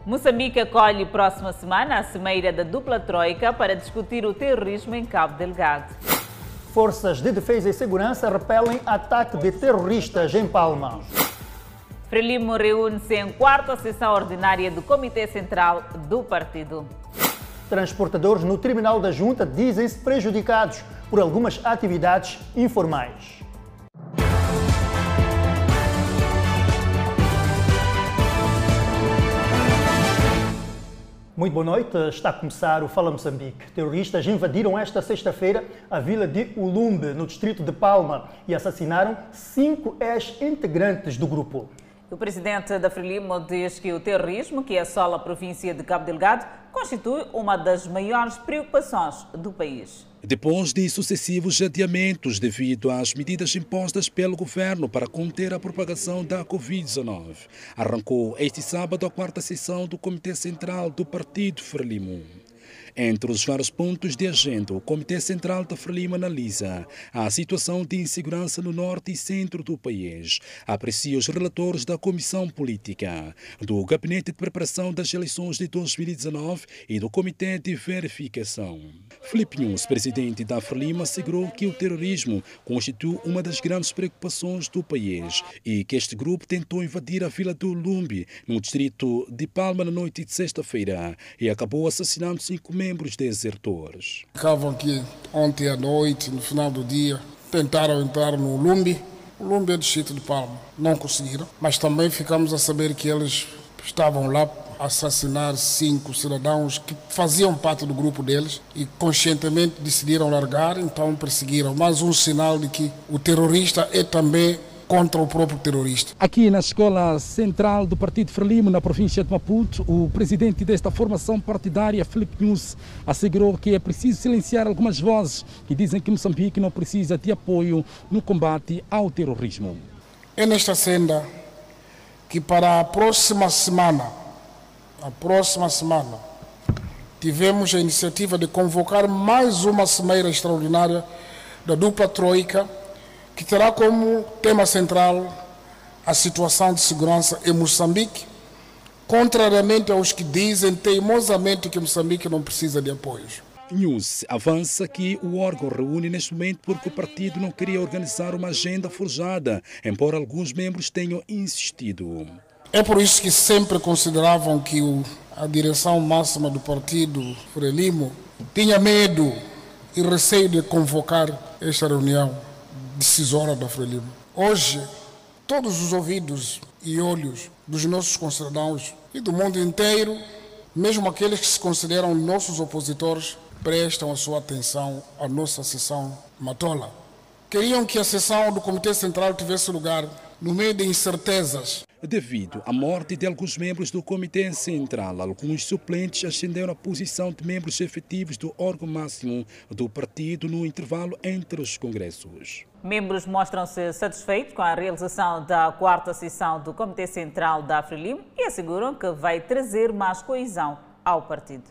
Moçambique acolhe próxima semana a cimeira da dupla troika para discutir o terrorismo em Cabo Delgado. Forças de defesa e segurança repelem ataque de terroristas em Palma. Frelimo reúne-se em quarta sessão ordinária do Comitê Central do partido. Transportadores no Tribunal da Junta dizem-se prejudicados por algumas atividades informais. Muito boa noite, está a começar o Fala Moçambique. Terroristas invadiram esta sexta-feira a vila de Ulumbe, no distrito de Palma, e assassinaram 5 ex-integrantes do grupo. O presidente da Frelimo diz que o terrorismo que assola a província de Cabo Delgado constitui uma das maiores preocupações do país. Depois de sucessivos adiamentos devido às medidas impostas pelo governo para conter a propagação da Covid-19, arrancou este sábado a quarta sessão do Comitê Central do Partido Frelimo. Entre os vários pontos de agenda, o Comitê Central da Frelimo analisa a situação de insegurança no norte e centro do país, aprecia os relatores da Comissão Política, do Gabinete de Preparação das Eleições de 2019 e do Comitê de Verificação. Filipe Nunes, presidente da Frelimo, assegurou que o terrorismo constitui uma das grandes preocupações do país e que este grupo tentou invadir a vila do Ulumbe, no distrito de Palma, na noite de sexta-feira, e acabou assassinando 5 membros desertores. Ficavam aqui ontem à noite, no final do dia, tentaram entrar no Ulumbe. O Ulumbe é do distrito de Palma, não conseguiram, mas também ficamos a saber que eles estavam lá a assassinar 5 cidadãos que faziam parte do grupo deles e conscientemente decidiram largar, então perseguiram. Mais um sinal de que o terrorista é também contra o próprio terrorista. Aqui na Escola Central do Partido Frelimo, na província de Maputo, o presidente desta formação partidária, Filipe Nunes, assegurou que é preciso silenciar algumas vozes que dizem que Moçambique não precisa de apoio no combate ao terrorismo. É nesta senda que para a próxima semana, tivemos a iniciativa de convocar mais uma cimeira extraordinária da dupla troika, que terá como tema central a situação de segurança em Moçambique, contrariamente aos que dizem teimosamente que Moçambique não precisa de apoios. News avança que o órgão reúne neste momento porque o partido não queria organizar uma agenda forjada, embora alguns membros tenham insistido. É por isso que sempre consideravam que a direção máxima do partido Frelimo tinha medo e receio de convocar esta reunião decisória da Frelimo. Hoje, todos os ouvidos e olhos dos nossos concidadãos e do mundo inteiro, mesmo aqueles que se consideram nossos opositores, prestam a sua atenção à nossa sessão matola. Queriam que a sessão do Comitê Central tivesse lugar no meio de incertezas. Devido à morte de alguns membros do Comitê Central, alguns suplentes ascenderam à posição de membros efetivos do órgão máximo do partido no intervalo entre os congressos. Membros mostram-se satisfeitos com a realização da quarta sessão do Comitê Central da Frelimo e asseguram que vai trazer mais coesão ao partido.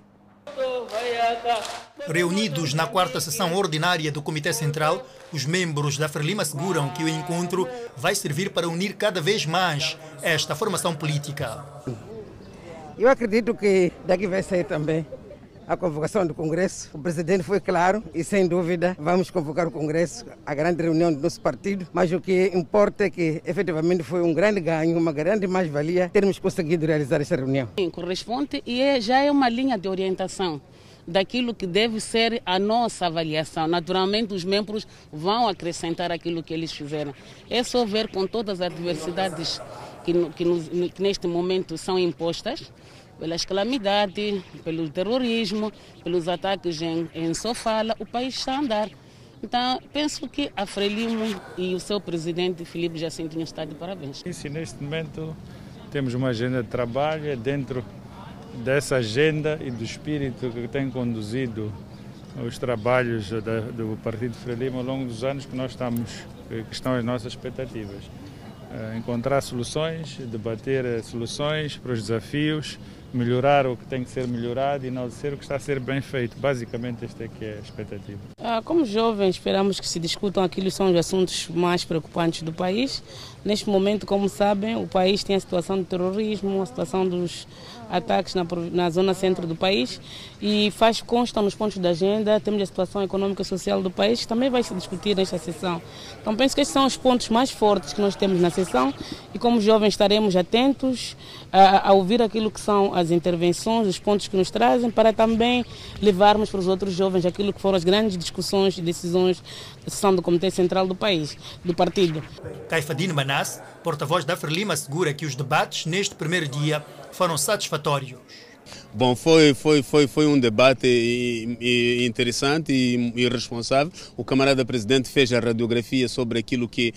Reunidos na quarta sessão ordinária do Comitê Central, os membros da Frelimo asseguram que o encontro vai servir para unir cada vez mais esta formação política. Eu acredito que daqui vai sair também a convocação do Congresso. O presidente foi claro e, sem dúvida, vamos convocar o Congresso, a grande reunião do nosso partido, mas o que importa é que, efetivamente, foi um grande ganho, uma grande mais-valia termos conseguido realizar esta reunião. Corresponde e já é uma linha de orientação daquilo que deve ser a nossa avaliação. Naturalmente, os membros vão acrescentar aquilo que eles fizeram. É só ver com todas as adversidades que neste momento são impostas, pelas calamidades, pelo terrorismo, pelos ataques em Sofala, o país está a andar. Então, penso que a Frelimo e o seu presidente, Filipe Jacintinho, está de parabéns. Neste momento, temos uma agenda de trabalho dentro dessa agenda e do espírito que tem conduzido os trabalhos do Partido Frelimo ao longo dos anos que estão as nossas expectativas. Encontrar soluções, debater soluções para os desafios melhorar o que tem que ser melhorado e enaltecer o que está a ser bem feito. Basicamente, esta é que é a expectativa. Como jovens, esperamos que se discutam aquilo que são os assuntos mais preocupantes do país. Neste momento, como sabem, o país tem a situação do terrorismo, a situação dos ataques na zona centro do país e consta nos pontos da agenda, temos a situação econômica e social do país, que também vai se discutir nesta sessão. Então penso que estes são os pontos mais fortes que nós temos na sessão e como jovens estaremos atentos a ouvir aquilo que são as intervenções, os pontos que nos trazem, para também levarmos para os outros jovens aquilo que foram as grandes discussões e decisões da sessão do Comitê Central do país, do partido. Caifadine Manasse, porta-voz da Frelimo, assegura que os debates neste primeiro dia foram satisfatórios. Bom, foi um debate interessante e responsável. O camarada presidente fez a radiografia sobre aquilo que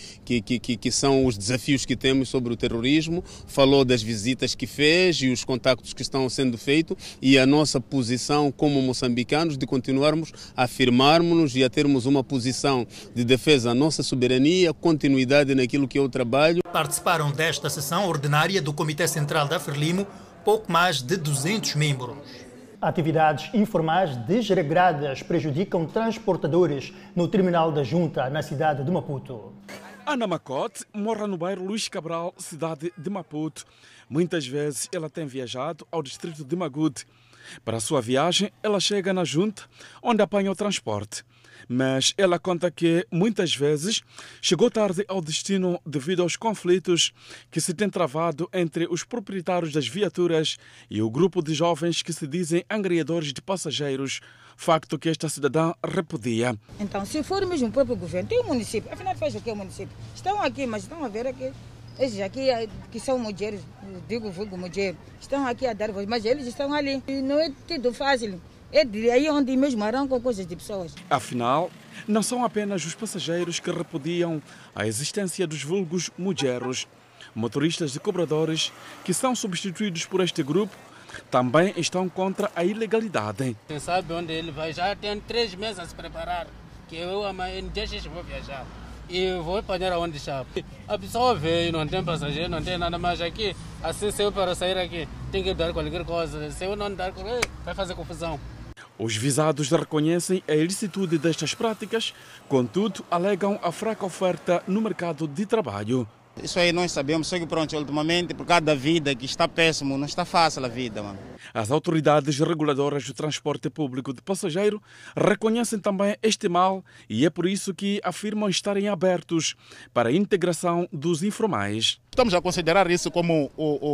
são os desafios que temos sobre o terrorismo, falou das visitas que fez e os contactos que estão sendo feitos e a nossa posição como moçambicanos de continuarmos a afirmarmos-nos e a termos uma posição de defesa da nossa soberania, continuidade naquilo que é o trabalho. Participaram desta sessão ordinária do Comitê Central da Frelimo pouco mais de 200 membros. Atividades informais desregradas prejudicam transportadores no terminal da Junta, na cidade de Maputo. Ana Macote mora no bairro Luís Cabral, cidade de Maputo. Muitas vezes ela tem viajado ao distrito de Magude. Para a sua viagem, ela chega na Junta, onde apanha o transporte. Mas ela conta que, muitas vezes, chegou tarde ao destino devido aos conflitos que se têm travado entre os proprietários das viaturas e o grupo de jovens que se dizem angariadores de passageiros, facto que esta cidadã repudia. Então, se for mesmo o próprio governo, tem o município, afinal faz o que é o município? Estão aqui, mas estão a ver aqui. Esses aqui que são mulheres, digo vulgo mulher, estão aqui a dar voz, mas eles estão ali. E não é tudo fácil. É de aí onde mesmo arrancam coisas de pessoas. Afinal, não são apenas os passageiros que repudiam a existência dos vulgos mulheres. Motoristas e cobradores que são substituídos por este grupo também estão contra a ilegalidade. Você sabe onde ele vai? Já tem 3 meses a se preparar, que eu amanhã vou viajar. E vou apanhar aonde está. A pessoa veio, não tem passageiro, não tem nada mais aqui. Assim, se eu para sair aqui, tem que dar qualquer coisa. Se eu não dar, vai fazer confusão. Os visados reconhecem a ilicitude destas práticas, contudo, alegam a fraca oferta no mercado de trabalho. Isso aí nós sabemos, só que pronto, ultimamente, por causa da vida que está péssimo, não está fácil a vida, mano. As autoridades reguladoras do transporte público de passageiro reconhecem também este mal e é por isso que afirmam estarem abertos para a integração dos informais. Estamos a considerar isso como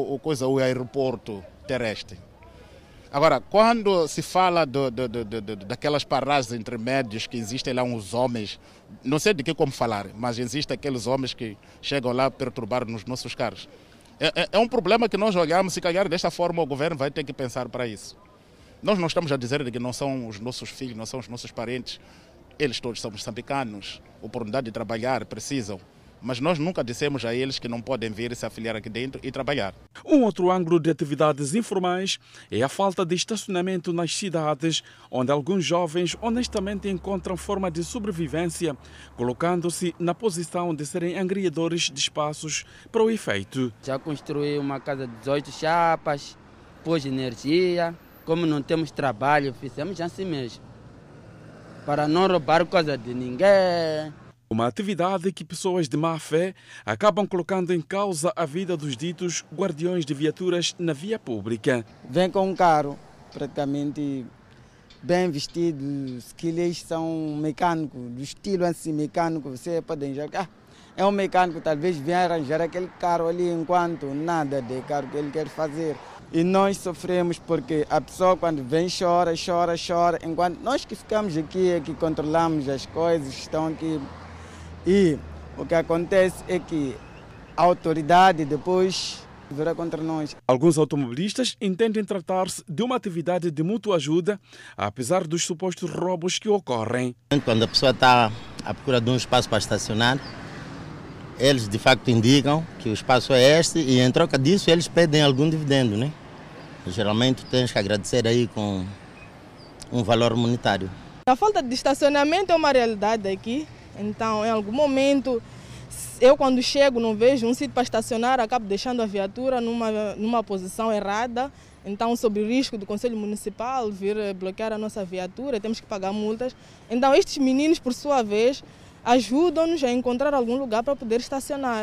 o aeroporto terrestre. Agora, quando se fala daquelas paragens intermédias que existem lá uns homens, não sei de que como falar, mas existem aqueles homens que chegam lá a perturbar nos nossos carros. É um problema que nós olhamos, se calhar desta forma o governo vai ter que pensar para isso. Nós não estamos a dizer que não são os nossos filhos, não são os nossos parentes, eles todos são moçambicanos, oportunidade de trabalhar, precisam. Mas nós nunca dissemos a eles que não podem vir se afiliar aqui dentro e trabalhar. Um outro ângulo de atividades informais é a falta de estacionamento nas cidades, onde alguns jovens honestamente encontram forma de sobrevivência, colocando-se na posição de serem angariadores de espaços para o efeito. Já construí uma casa de 18 chapas, pôs energia, como não temos trabalho, fizemos assim mesmo, para não roubar coisa de ninguém. Uma atividade que pessoas de má fé acabam colocando em causa a vida dos ditos guardiões de viaturas na via pública. Vem com um carro praticamente bem vestido, que eles são mecânicos, do estilo assim mecânico, você pode enxergar. É um mecânico, talvez venha arranjar aquele carro ali enquanto nada de carro que ele quer fazer. E nós sofremos porque a pessoa quando vem chora, enquanto nós que ficamos aqui, que controlamos as coisas, estão aqui. E o que acontece é que a autoridade depois vira contra nós. Alguns automobilistas entendem tratar-se de uma atividade de mútua ajuda, apesar dos supostos roubos que ocorrem. Quando a pessoa está à procura de um espaço para estacionar, eles de facto indicam que o espaço é este e em troca disso eles pedem algum dividendo, né? Geralmente tens que agradecer aí com um valor monetário. A falta de estacionamento é uma realidade aqui. Então, em algum momento, Eu, quando chego, não vejo um sítio para estacionar, acabo deixando a viatura numa posição errada. Então, sob o risco do Conselho Municipal vir bloquear a nossa viatura, temos que pagar multas. Então, estes meninos, por sua vez, ajudam-nos a encontrar algum lugar para poder estacionar.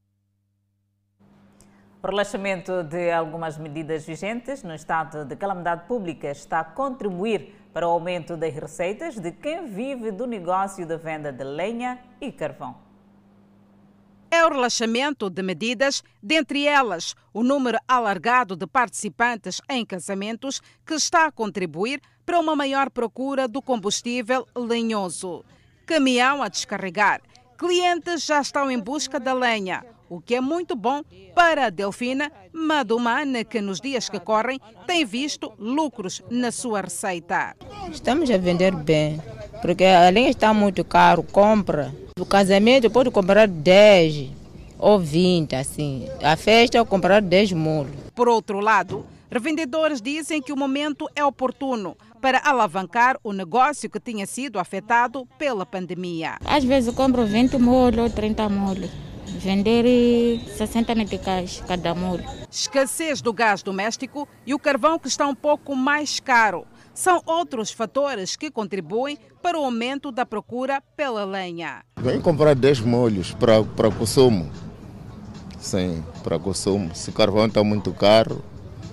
O relaxamento de algumas medidas vigentes no estado de calamidade pública está a contribuir para o aumento das receitas de quem vive do negócio da venda de lenha e carvão. É o relaxamento de medidas, dentre elas o número alargado de participantes em casamentos, que está a contribuir para uma maior procura do combustível lenhoso. Caminhão a descarregar. Clientes já estão em busca da lenha, o que é muito bom para a Delfina Madumane, que nos dias que correm tem visto lucros na sua receita. Estamos a vender bem, porque a lenha está muito caro, compra. O casamento pode comprar 10 ou 20, assim. A festa eu comprar 10 mulos. Por outro lado, revendedores dizem que o momento é oportuno para alavancar o negócio que tinha sido afetado pela pandemia. Às vezes eu compro 20 mulos ou 30 mulos. Vender 60 meticais cada mulo. Escassez do gás doméstico e o carvão, que está um pouco mais caro, são outros fatores que contribuem para o aumento da procura pela lenha. Vem comprar 10 molhos para consumo. Sim, para consumo. Se o carvão está muito caro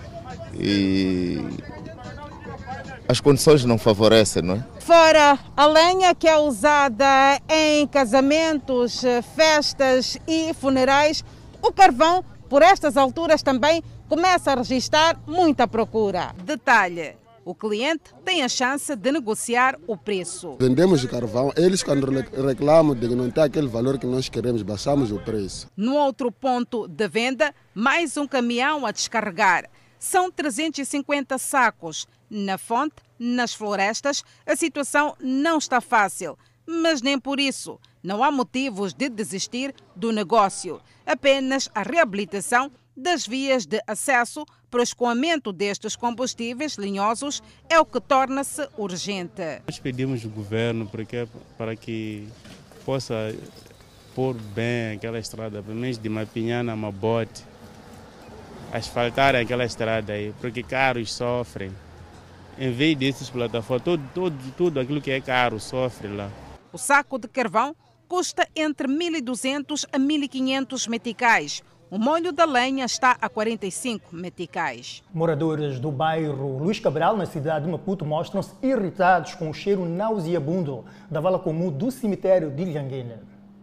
e as condições não favorecem, não é? Fora a lenha que é usada em casamentos, festas e funerais, o carvão, por estas alturas, também começa a registrar muita procura. Detalhe: o cliente tem a chance de negociar o preço. Vendemos o carvão, eles quando reclamam de que não tem aquele valor que nós queremos, baixamos o preço. No outro ponto de venda, mais um caminhão a descarregar. São 350 sacos. Na fonte, nas florestas, a situação não está fácil, mas nem por isso não há motivos de desistir do negócio. Apenas a reabilitação das vias de acesso para o escoamento destes combustíveis lenhosos é o que torna-se urgente. Nós pedimos ao governo para que possa pôr bem aquela estrada, pelo menos de Mapinhana a Mabote, asfaltar aquela estrada aí, porque carros sofrem. Em vez dessas plataformas, tudo aquilo que é caro sofre lá. O saco de carvão custa entre 1.200 a 1.500 meticais. O molho da lenha está a 45 meticais. Moradores do bairro Luís Cabral, na cidade de Maputo, mostram-se irritados com o cheiro nauseabundo da vala comum do cemitério de Ilhanguena.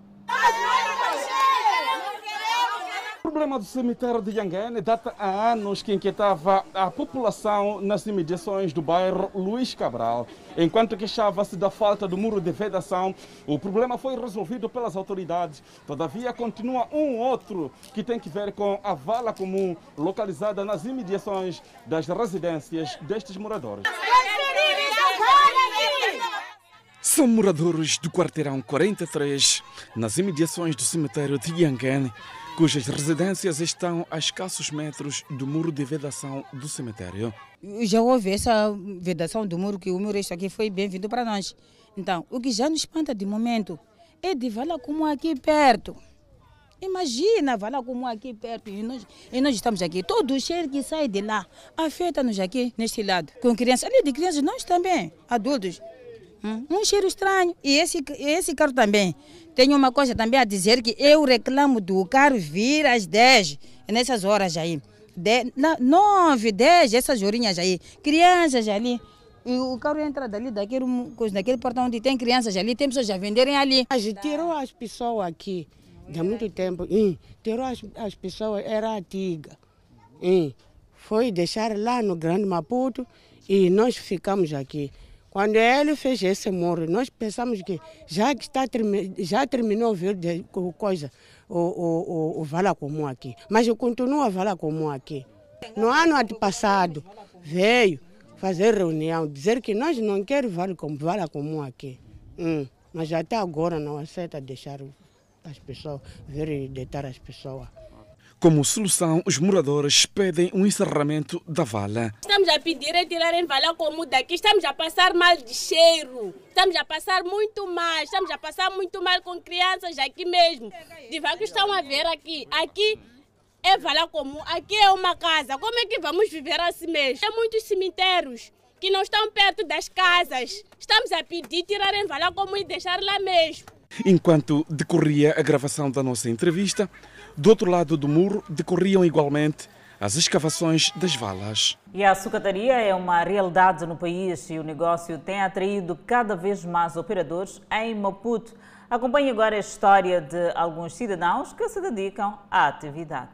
O problema do cemitério de Ilhanguena data há anos que inquietava a população nas imediações do bairro Luís Cabral. Enquanto queixava-se da falta do muro de vedação, o problema foi resolvido pelas autoridades. Todavia, continua um outro que tem que ver com a vala comum localizada nas imediações das residências destes moradores. São moradores do quarteirão 43, nas imediações do cemitério de Ilhanguena, cujas residências estão a escassos metros do muro de vedação do cemitério. Já houve essa vedação do muro, que o muro aqui foi bem-vindo para nós. Então, o que já nos espanta de momento é de vala comum aqui perto. Imagina a vala comum aqui perto e nós estamos aqui. Todo o cheiro que sai de lá afeta-nos aqui, neste lado. Com crianças, além de crianças, nós também, adultos. Um cheiro estranho. E esse carro também. Tenho uma coisa também a dizer, que eu reclamo do carro vir às 10, nessas horas aí. 9, 10, essas horinhas aí. Crianças ali. E o carro entra daquele portão onde tem crianças ali, tem pessoas a venderem ali. Tirou as pessoas aqui, de há muito tempo. Tirou as pessoas, era antiga. Foi deixar lá no Grande Maputo e nós ficamos aqui. Quando ele fez esse muro, nós pensamos que já terminou o vala comum aqui, mas continua a vala comum aqui. No ano passado veio fazer reunião, dizer que nós não queremos vala comum aqui, mas até agora não aceita deixar as pessoas virem deitar as pessoas. Como solução, os moradores pedem um encerramento da vala. Estamos a pedir a tirarem vala comum daqui. Estamos a passar mal de cheiro. Estamos a passar muito mal. Estamos a passar muito mal com crianças aqui mesmo. De vaca estão a ver aqui. Aqui é vala comum. Aqui é uma casa. Como é que vamos viver assim mesmo? Há muitos cemitérios que não estão perto das casas. Estamos a pedir tirarem vala comum e deixar lá mesmo. Enquanto decorria a gravação da nossa entrevista, do outro lado do muro decorriam igualmente as escavações das valas. E a sucataria é uma realidade no país e o negócio tem atraído cada vez mais operadores em Maputo. Acompanhe agora a história de alguns cidadãos que se dedicam à atividade.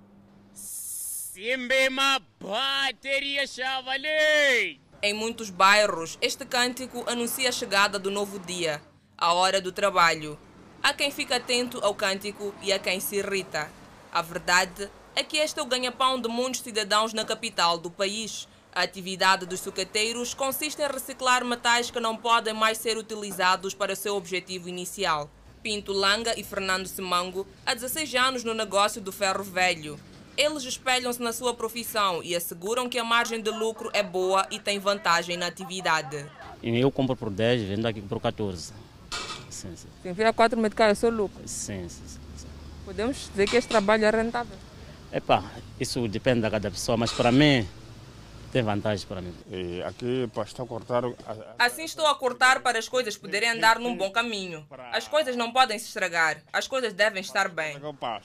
Em muitos bairros, este cântico anuncia a chegada do novo dia, a hora do trabalho. Há quem fica atento ao cântico e há quem se irrita. A verdade é que este é o ganha-pão de muitos cidadãos na capital do país. A atividade dos sucateiros consiste em reciclar metais que não podem mais ser utilizados para o seu objetivo inicial. Pinto Langa e Fernando Simango, há 16 anos no negócio do ferro velho. Eles espelham-se na sua profissão e asseguram que a margem de lucro é boa e tem vantagem na atividade. Eu compro por 10, vendo aqui por 14. Sim. Se enfiar 4 meticais é seu lucro? Sim. Podemos dizer que este trabalho é rentável? Isso depende de cada pessoa, mas para mim tem vantagem para mim. Aqui estou a cortar. Assim estou a cortar para as coisas poderem andar num bom caminho. As coisas não podem se estragar, as coisas devem estar bem.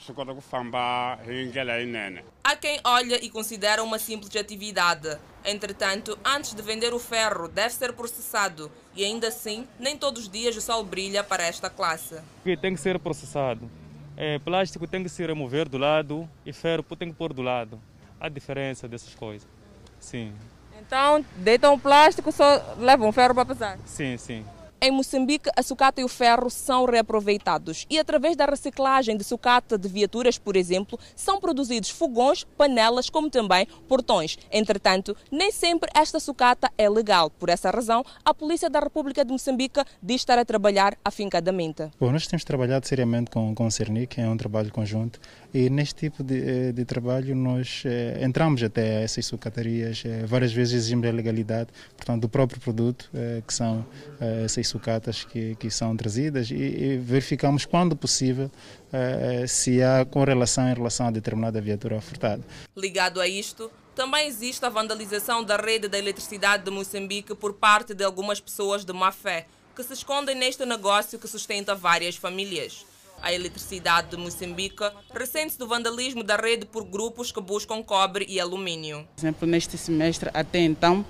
Há quem olha e considera uma simples atividade. Entretanto, antes de vender o ferro, deve ser processado. E ainda assim, nem todos os dias o sol brilha para esta classe. Tem que ser processado. Plástico tem que se remover do lado e ferro tem que pôr do lado. Há diferença dessas coisas. Sim. Então, deitam o plástico, só levam o ferro para pesar? Sim. Em Moçambique, a sucata e o ferro são reaproveitados e, através da reciclagem de sucata de viaturas, por exemplo, são produzidos fogões, panelas, como também portões. Entretanto, nem sempre esta sucata é legal. Por essa razão, a Polícia da República de Moçambique diz estar a trabalhar afincadamente. Bom, nós temos trabalhado seriamente com o Cernic, é um trabalho conjunto, e neste tipo de trabalho nós entramos até essas sucatarias, várias vezes exigimos a legalidade, portanto, do próprio produto, que são essas sucatas que são trazidas, e verificamos quando possível se há correlação em relação a determinada viatura furtada. Ligado a isto, também existe a vandalização da rede da eletricidade de Moçambique por parte de algumas pessoas de má fé, que se escondem neste negócio que sustenta várias famílias. A eletricidade de Moçambique ressente-se do vandalismo da rede por grupos que buscam cobre e alumínio. Por exemplo, neste semestre, até então,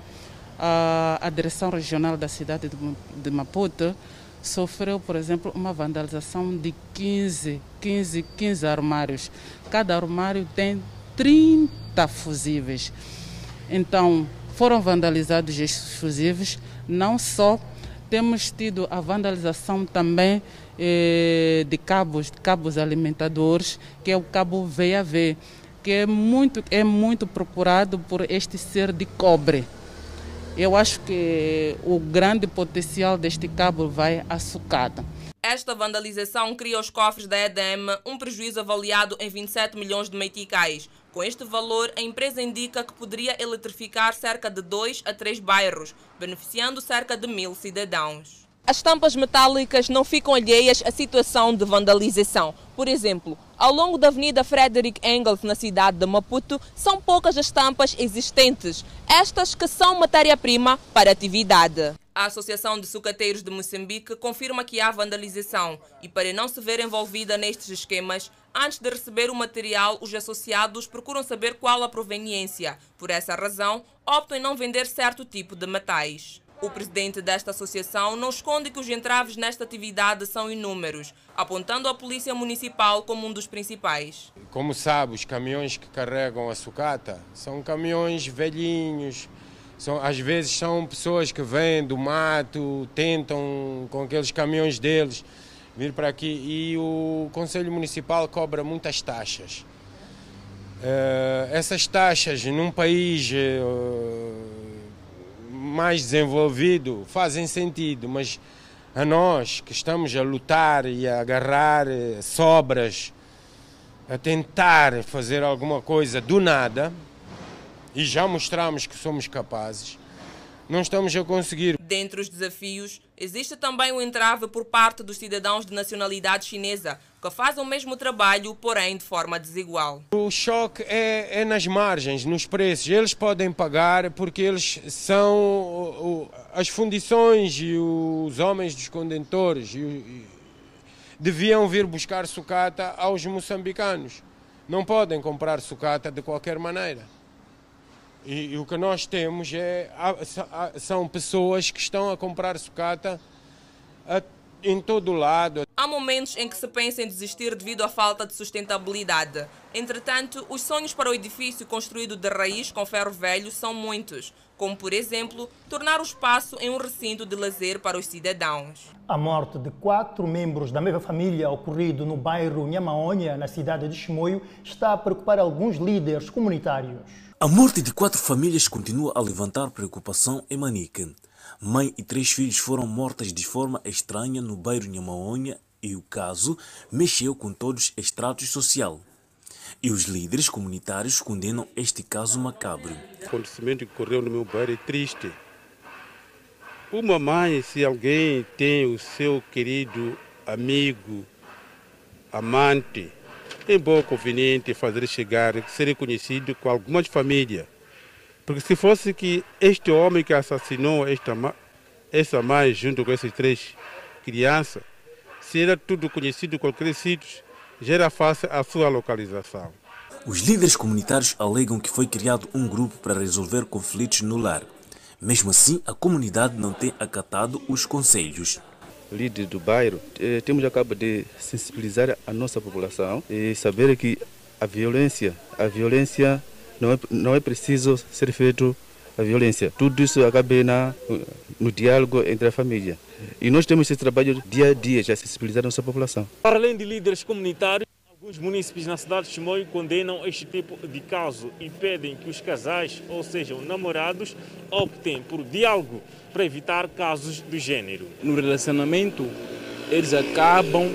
a Direção Regional da cidade de Maputo sofreu, por exemplo, uma vandalização de 15 armários. Cada armário tem 30 fusíveis. Então, foram vandalizados estes fusíveis. Não só temos tido a vandalização também de cabos alimentadores, que é o cabo VAV, que é muito procurado por este ser de cobre. Eu acho que o grande potencial deste cabo vai à sucata. Esta vandalização cria aos cofres da EDM um prejuízo avaliado em 27 milhões de meticais. Com este valor, a empresa indica que poderia eletrificar cerca de 2 a 3 bairros, beneficiando cerca de 1000 cidadãos. As tampas metálicas não ficam alheias à situação de vandalização. Por exemplo, ao longo da Avenida Frederick Engels, na cidade de Maputo, são poucas as tampas existentes, estas que são matéria-prima para a atividade. A Associação de Sucateiros de Moçambique confirma que há vandalização e, para não se ver envolvida nestes esquemas, antes de receber o material, os associados procuram saber qual a proveniência. Por essa razão, optam em não vender certo tipo de metais. O presidente desta associação não esconde que os entraves nesta atividade são inúmeros, apontando a Polícia Municipal como um dos principais. Como sabe, os caminhões que carregam a sucata são caminhões velhinhos, às vezes são pessoas que vêm do mato, tentam com aqueles caminhões deles vir para aqui, e o Conselho Municipal cobra muitas taxas. Essas taxas num país mais desenvolvido fazem sentido, mas a nós que estamos a lutar e a agarrar sobras a tentar fazer alguma coisa do nada, e já mostramos que somos capazes, não estamos a conseguir. Dentre os desafios, existe também o entrave por parte dos cidadãos de nacionalidade chinesa, que fazem o mesmo trabalho, porém de forma desigual. O choque é nas margens, nos preços. Eles podem pagar porque eles são as fundições e os homens dos contentores deviam vir buscar sucata aos moçambicanos. Não podem comprar sucata de qualquer maneira. E o que nós temos são pessoas que estão a comprar sucata em todo lado. Há momentos em que se pensa em desistir devido à falta de sustentabilidade. Entretanto, os sonhos para o edifício construído de raiz com ferro velho são muitos, como, por exemplo, tornar o espaço em um recinto de lazer para os cidadãos. A morte de 4 membros da mesma família ocorrido no bairro Nhamaonha, na cidade de Chimoio, está a preocupar alguns líderes comunitários. A morte de 4 famílias continua a levantar preocupação em Manica. Mãe e 3 filhos foram mortas de forma estranha no bairro Nhamaonha e o caso mexeu com todos os estratos sociais. E os líderes comunitários condenam este caso macabro. O acontecimento que ocorreu no meu bairro é triste. Uma mãe, se alguém tem o seu querido amigo, amante, é bom conveniente fazer chegar, ser reconhecido com algumas famílias. Porque se fosse que este homem que assassinou essa mãe junto com essas 3 crianças, se era tudo conhecido em qualquer sítio, já era fácil a sua localização. Os líderes comunitários alegam que foi criado um grupo para resolver conflitos no lar. Mesmo assim, a comunidade não tem acatado os conselhos. Líder do bairro, temos acaba de sensibilizar a nossa população e saber que a violência não é preciso ser feito a violência. Tudo isso acaba no diálogo entre a família. E nós temos esse trabalho dia a dia, já sensibilizar a nossa população. Para além de líderes comunitários, alguns munícipes na cidade de Chimoio condenam este tipo de caso e pedem que os casais, ou sejam, namorados, optem por diálogo para evitar casos do gênero. No relacionamento, eles acabam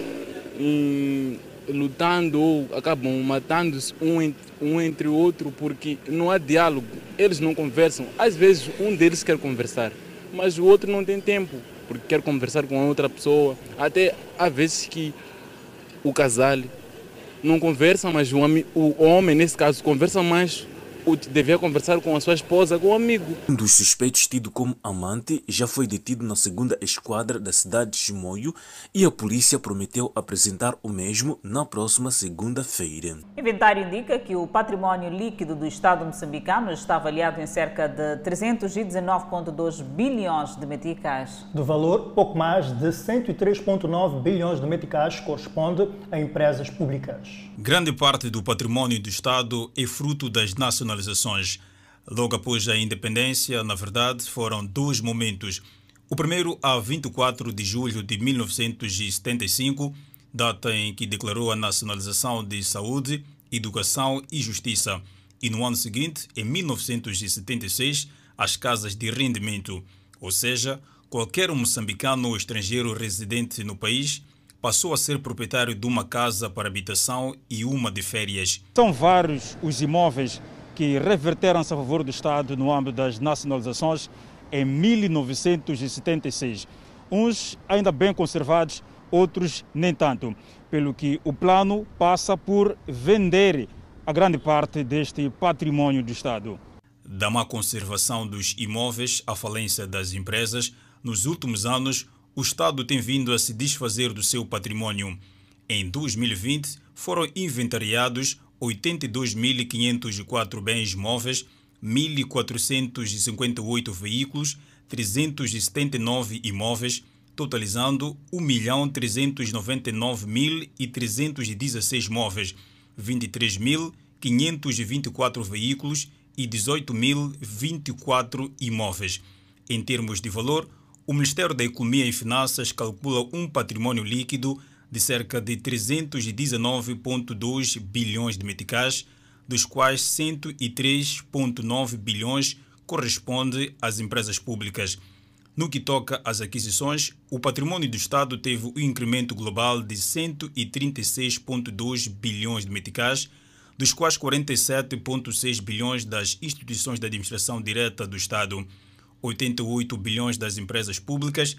lutando ou acabam matando-se um entre o outro porque não há diálogo, eles não conversam. Às vezes um deles quer conversar, mas o outro não tem tempo porque quer conversar com a outra pessoa. Até há vezes que o casal não conversa, mas o homem, nesse caso, conversa mais. Devia conversar com a sua esposa, com o amigo. Um dos suspeitos, tido como amante, já foi detido na 2ª esquadra da cidade de Chimoio e a polícia prometeu apresentar o mesmo na próxima segunda-feira. O inventário indica que o património líquido do Estado moçambicano está avaliado em cerca de 319,2 bilhões de meticais. Do valor, pouco mais de 103,9 bilhões de meticais corresponde a empresas públicas. Grande parte do património do Estado é fruto das nacionalizações. Logo após a independência, na verdade, foram 2 momentos. O primeiro, a 24 de julho de 1975, data em que declarou a nacionalização de saúde, educação e justiça. E no ano seguinte, em 1976, as casas de rendimento. Ou seja, qualquer moçambicano ou estrangeiro residente no país passou a ser proprietário de uma casa para habitação e uma de férias. São vários os imóveis que reverteram-se a favor do Estado no âmbito das nacionalizações em 1976. Uns ainda bem conservados, outros nem tanto, pelo que o plano passa por vender a grande parte deste património do Estado. Da má conservação dos imóveis à falência das empresas, nos últimos anos, o Estado tem vindo a se desfazer do seu património. Em 2020, foram inventariados 82.504 bens móveis, 1.458 veículos, 379 imóveis, totalizando 1.399.316 móveis, 23.524 veículos e 18.024 imóveis. Em termos de valor, o Ministério da Economia e Finanças calcula um património líquido de cerca de 319,2 bilhões de meticais, dos quais 103,9 bilhões corresponde às empresas públicas. No que toca às aquisições, o patrimônio do Estado teve um incremento global de 136,2 bilhões de meticais, dos quais 47,6 bilhões das instituições de administração direta do Estado, 88 bilhões das empresas públicas,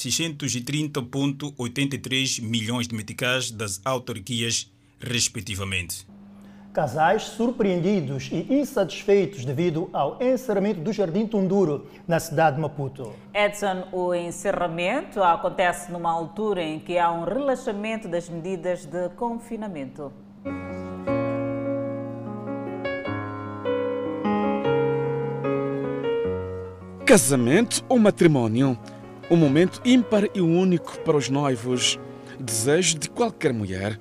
630,83 milhões de meticais das autarquias, respectivamente. Casais surpreendidos e insatisfeitos devido ao encerramento do Jardim Tunduro, na cidade de Maputo. Edson, o encerramento acontece numa altura em que há um relaxamento das medidas de confinamento. Casamento ou matrimônio? Um momento ímpar e único para os noivos. Desejo de qualquer mulher.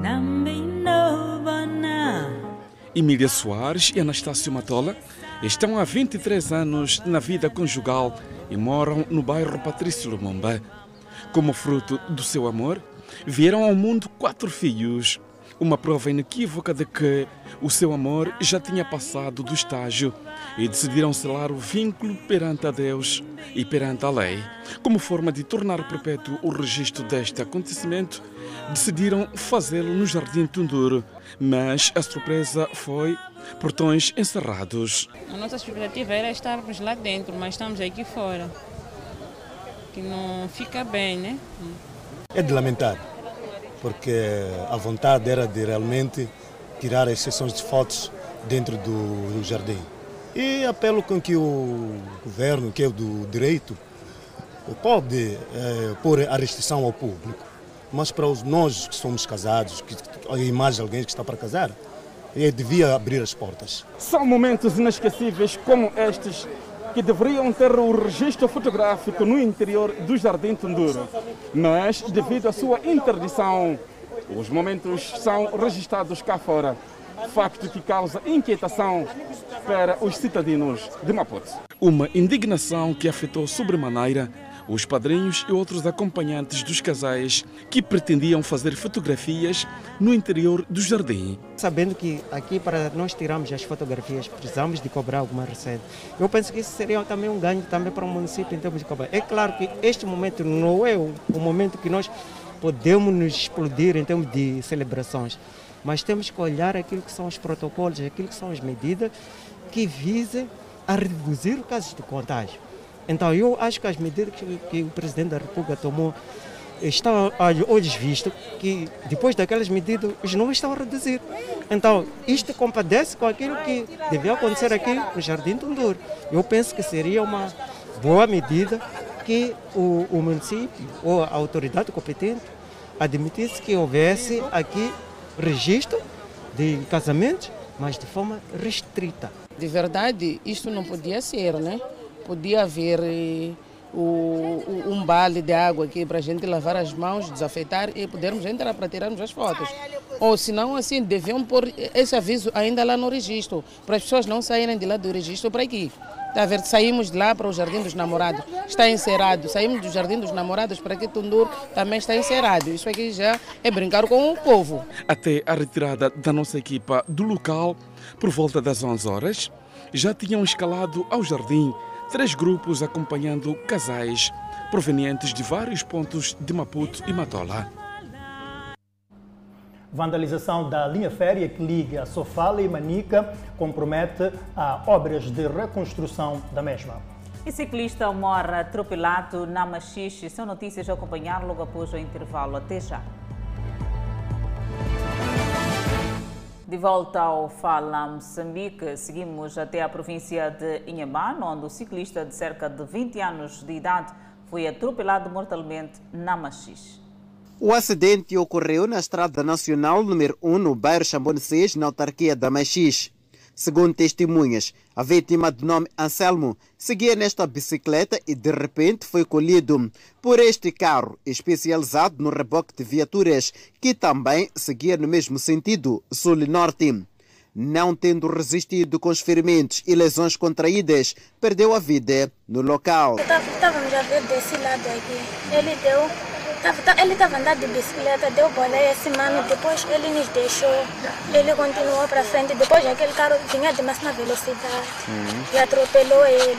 Emília Soares e Anastácio Matola estão há 23 anos na vida conjugal e moram no bairro Patrício Lumumba. Como fruto do seu amor, vieram ao mundo 4 filhos. Uma prova inequívoca de que o seu amor já tinha passado do estágio e decidiram selar o vínculo perante a Deus e perante a lei. Como forma de tornar perpétuo o registro deste acontecimento, decidiram fazê-lo no Jardim Tunduro, mas a surpresa foi portões encerrados. A nossa expectativa era estarmos lá dentro, mas estamos aqui fora, que não fica bem, né? É de lamentar, porque a vontade era de realmente tirar as sessões de fotos dentro do jardim. E apelo com que o governo, que é do direito, pode pôr a restrição ao público. Mas para nós que somos casados, e mais alguém que está para casar, devia abrir as portas. São momentos inesquecíveis como estes que deveriam ter o registro fotográfico no interior do Jardim Tunduro. Mas, devido à sua interdição, os momentos são registrados cá fora. Facto que causa inquietação para os cidadãos de Maputo. Uma indignação que afetou sobremaneira os padrinhos e outros acompanhantes dos casais que pretendiam fazer fotografias no interior do jardim. Sabendo que aqui para nós tirarmos as fotografias precisamos de cobrar alguma receita. Eu penso que isso seria também um ganho também para o município em termos de cobrar. É claro que este momento não é o momento que nós podemos nos explodir em termos de celebrações, mas temos que olhar aquilo que são os protocolos, aquilo que são as medidas que visem a reduzir os casos de contágio. Então, eu acho que as medidas que o Presidente da República tomou estão a olhos vistos, que depois daquelas medidas os números estão a reduzir. Então, isto compadece com aquilo que devia acontecer aqui no Jardim Tunduro. Eu penso que seria uma boa medida que o município ou a autoridade competente admitisse que houvesse aqui registro de casamentos, mas de forma restrita. De verdade, isto não podia ser, né? Podia haver um balde de água aqui para a gente lavar as mãos, desafeitar e podermos entrar para tirarmos as fotos. Ou se não, assim, deviam pôr esse aviso ainda lá no registro, para as pessoas não saírem de lá do registro para aqui. Está a ver? Saímos de lá para o Jardim dos Namorados, está encerrado. Saímos do Jardim dos Namorados para aqui, Tunduro, também está encerrado. Isso aqui já é brincar com o povo. Até a retirada da nossa equipa do local, por volta das 11 horas, já tinham escalado ao jardim 3 grupos acompanhando casais provenientes de vários pontos de Maputo e Matola. Vandalização da linha férrea que liga Sofala e Manica compromete a obras de reconstrução da mesma. E ciclista morre atropelado na Machixe. São notícias a acompanhar logo após o intervalo. Até já. De volta ao Fala Moçambique, seguimos até a província de Inhambane, onde o ciclista de cerca de 20 anos de idade foi atropelado mortalmente na Machixe. O acidente ocorreu na Estrada Nacional número 1, no bairro Chambonecês, na autarquia da Machixe. Segundo testemunhas, a vítima, de nome Anselmo, seguia nesta bicicleta e de repente foi colhido por este carro especializado no reboque de viaturas, que também seguia no mesmo sentido, sul e norte. Não tendo resistido com os ferimentos e lesões contraídas, perdeu a vida no local. Estávamos a ver desse lado aqui. Ele Ele estava andando de bicicleta, deu boleia esse mano, depois ele nos deixou, ele continuou para frente, depois aquele carro vinha de máxima velocidade e atropelou ele.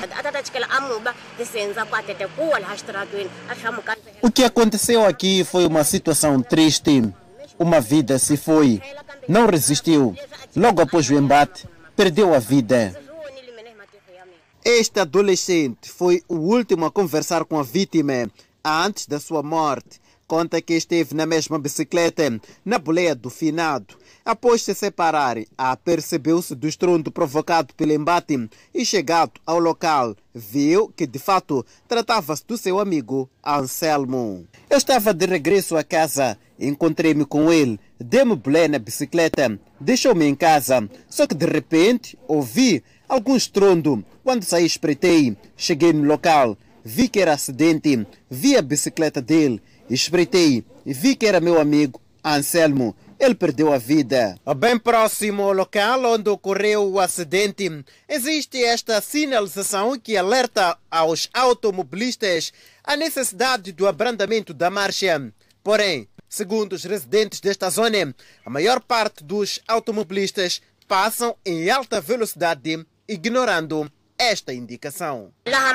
O que aconteceu aqui foi uma situação triste. Uma vida se foi, não resistiu. Logo após o embate, perdeu a vida. Este adolescente foi o último a conversar com a vítima antes da sua morte. Conta que esteve na mesma bicicleta, na boleia do finado. Após se separarem, apercebeu-se do estrondo provocado pelo embate e, chegado ao local, viu que, de fato, tratava-se do seu amigo Anselmo. Eu estava de regresso a casa, encontrei-me com ele, dei-me boleia na bicicleta, deixou-me em casa, só que de repente ouvi algum estrondo. Quando saí, espreitei, cheguei no local, vi que era acidente, vi a bicicleta dele, espreitei e vi que era meu amigo Anselmo. Ele perdeu a vida. Bem próximo ao local onde ocorreu o acidente, existe esta sinalização que alerta aos automobilistas a necessidade do abrandamento da marcha. Porém, segundo os residentes desta zona, a maior parte dos automobilistas passam em alta velocidade, ignorando esta indicação.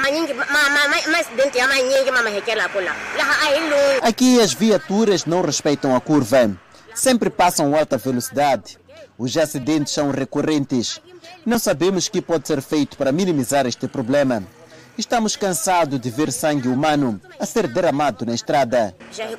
Aqui as viaturas não respeitam a curva. Sempre passam alta velocidade. Os acidentes são recorrentes. Não sabemos o que pode ser feito para minimizar este problema. Estamos cansados de ver sangue humano a ser derramado na estrada.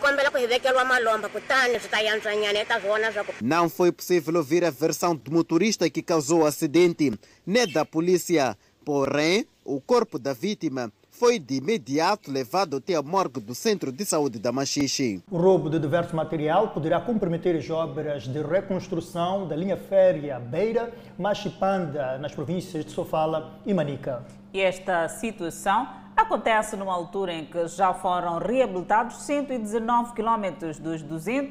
Não foi possível ouvir a versão do motorista que causou o acidente, nem da polícia. Porém, o corpo da vítima foi de imediato levado até a morgue do Centro de Saúde da Machixe. O roubo de diverso material poderá comprometer as obras de reconstrução da linha férrea Beira, Machipanda, nas províncias de Sofala e Manica. E esta situação acontece numa altura em que já foram reabilitados 119 quilómetros dos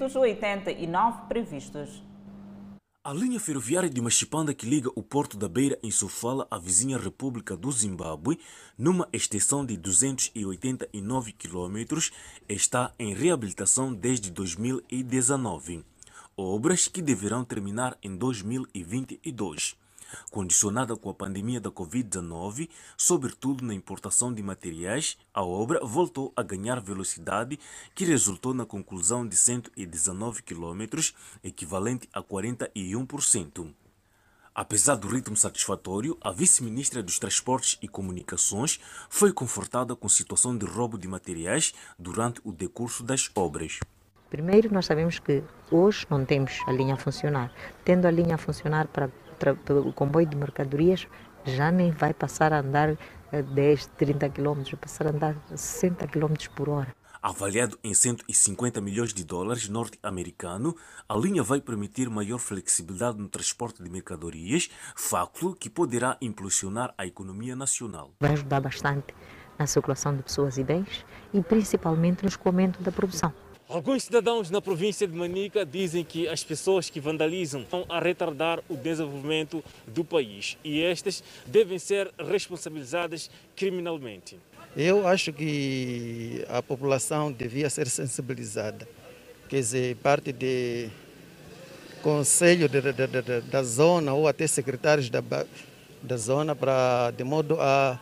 289 previstos. A linha ferroviária de Machipanda, que liga o porto da Beira em Sofala à vizinha República do Zimbábue, numa extensão de 289 quilômetros, está em reabilitação desde 2019. Obras que deverão terminar em 2022. Condicionada com a pandemia da Covid-19, sobretudo na importação de materiais, a obra voltou a ganhar velocidade, que resultou na conclusão de 119 quilômetros, equivalente a 41%. Apesar do ritmo satisfatório, a vice-ministra dos Transportes e Comunicações foi confortada com a situação de roubo de materiais durante o decurso das obras. Primeiro, nós sabemos que hoje não temos a linha a funcionar. Tendo a linha a funcionar para o comboio de mercadorias, já nem vai passar a andar 10, 30 km, vai passar a andar 60 km por hora. Avaliado em 150 milhões de dólares norte-americano, a linha vai permitir maior flexibilidade no transporte de mercadorias, fato que poderá impulsionar a economia nacional. Vai ajudar bastante na circulação de pessoas e bens e principalmente no escoamento da produção. Alguns cidadãos na província de Manica dizem que as pessoas que vandalizam estão a retardar o desenvolvimento do país e estas devem ser responsabilizadas criminalmente. Eu acho que a população devia ser sensibilizada. Quer dizer, parte do conselho da zona ou até secretários da zona, de modo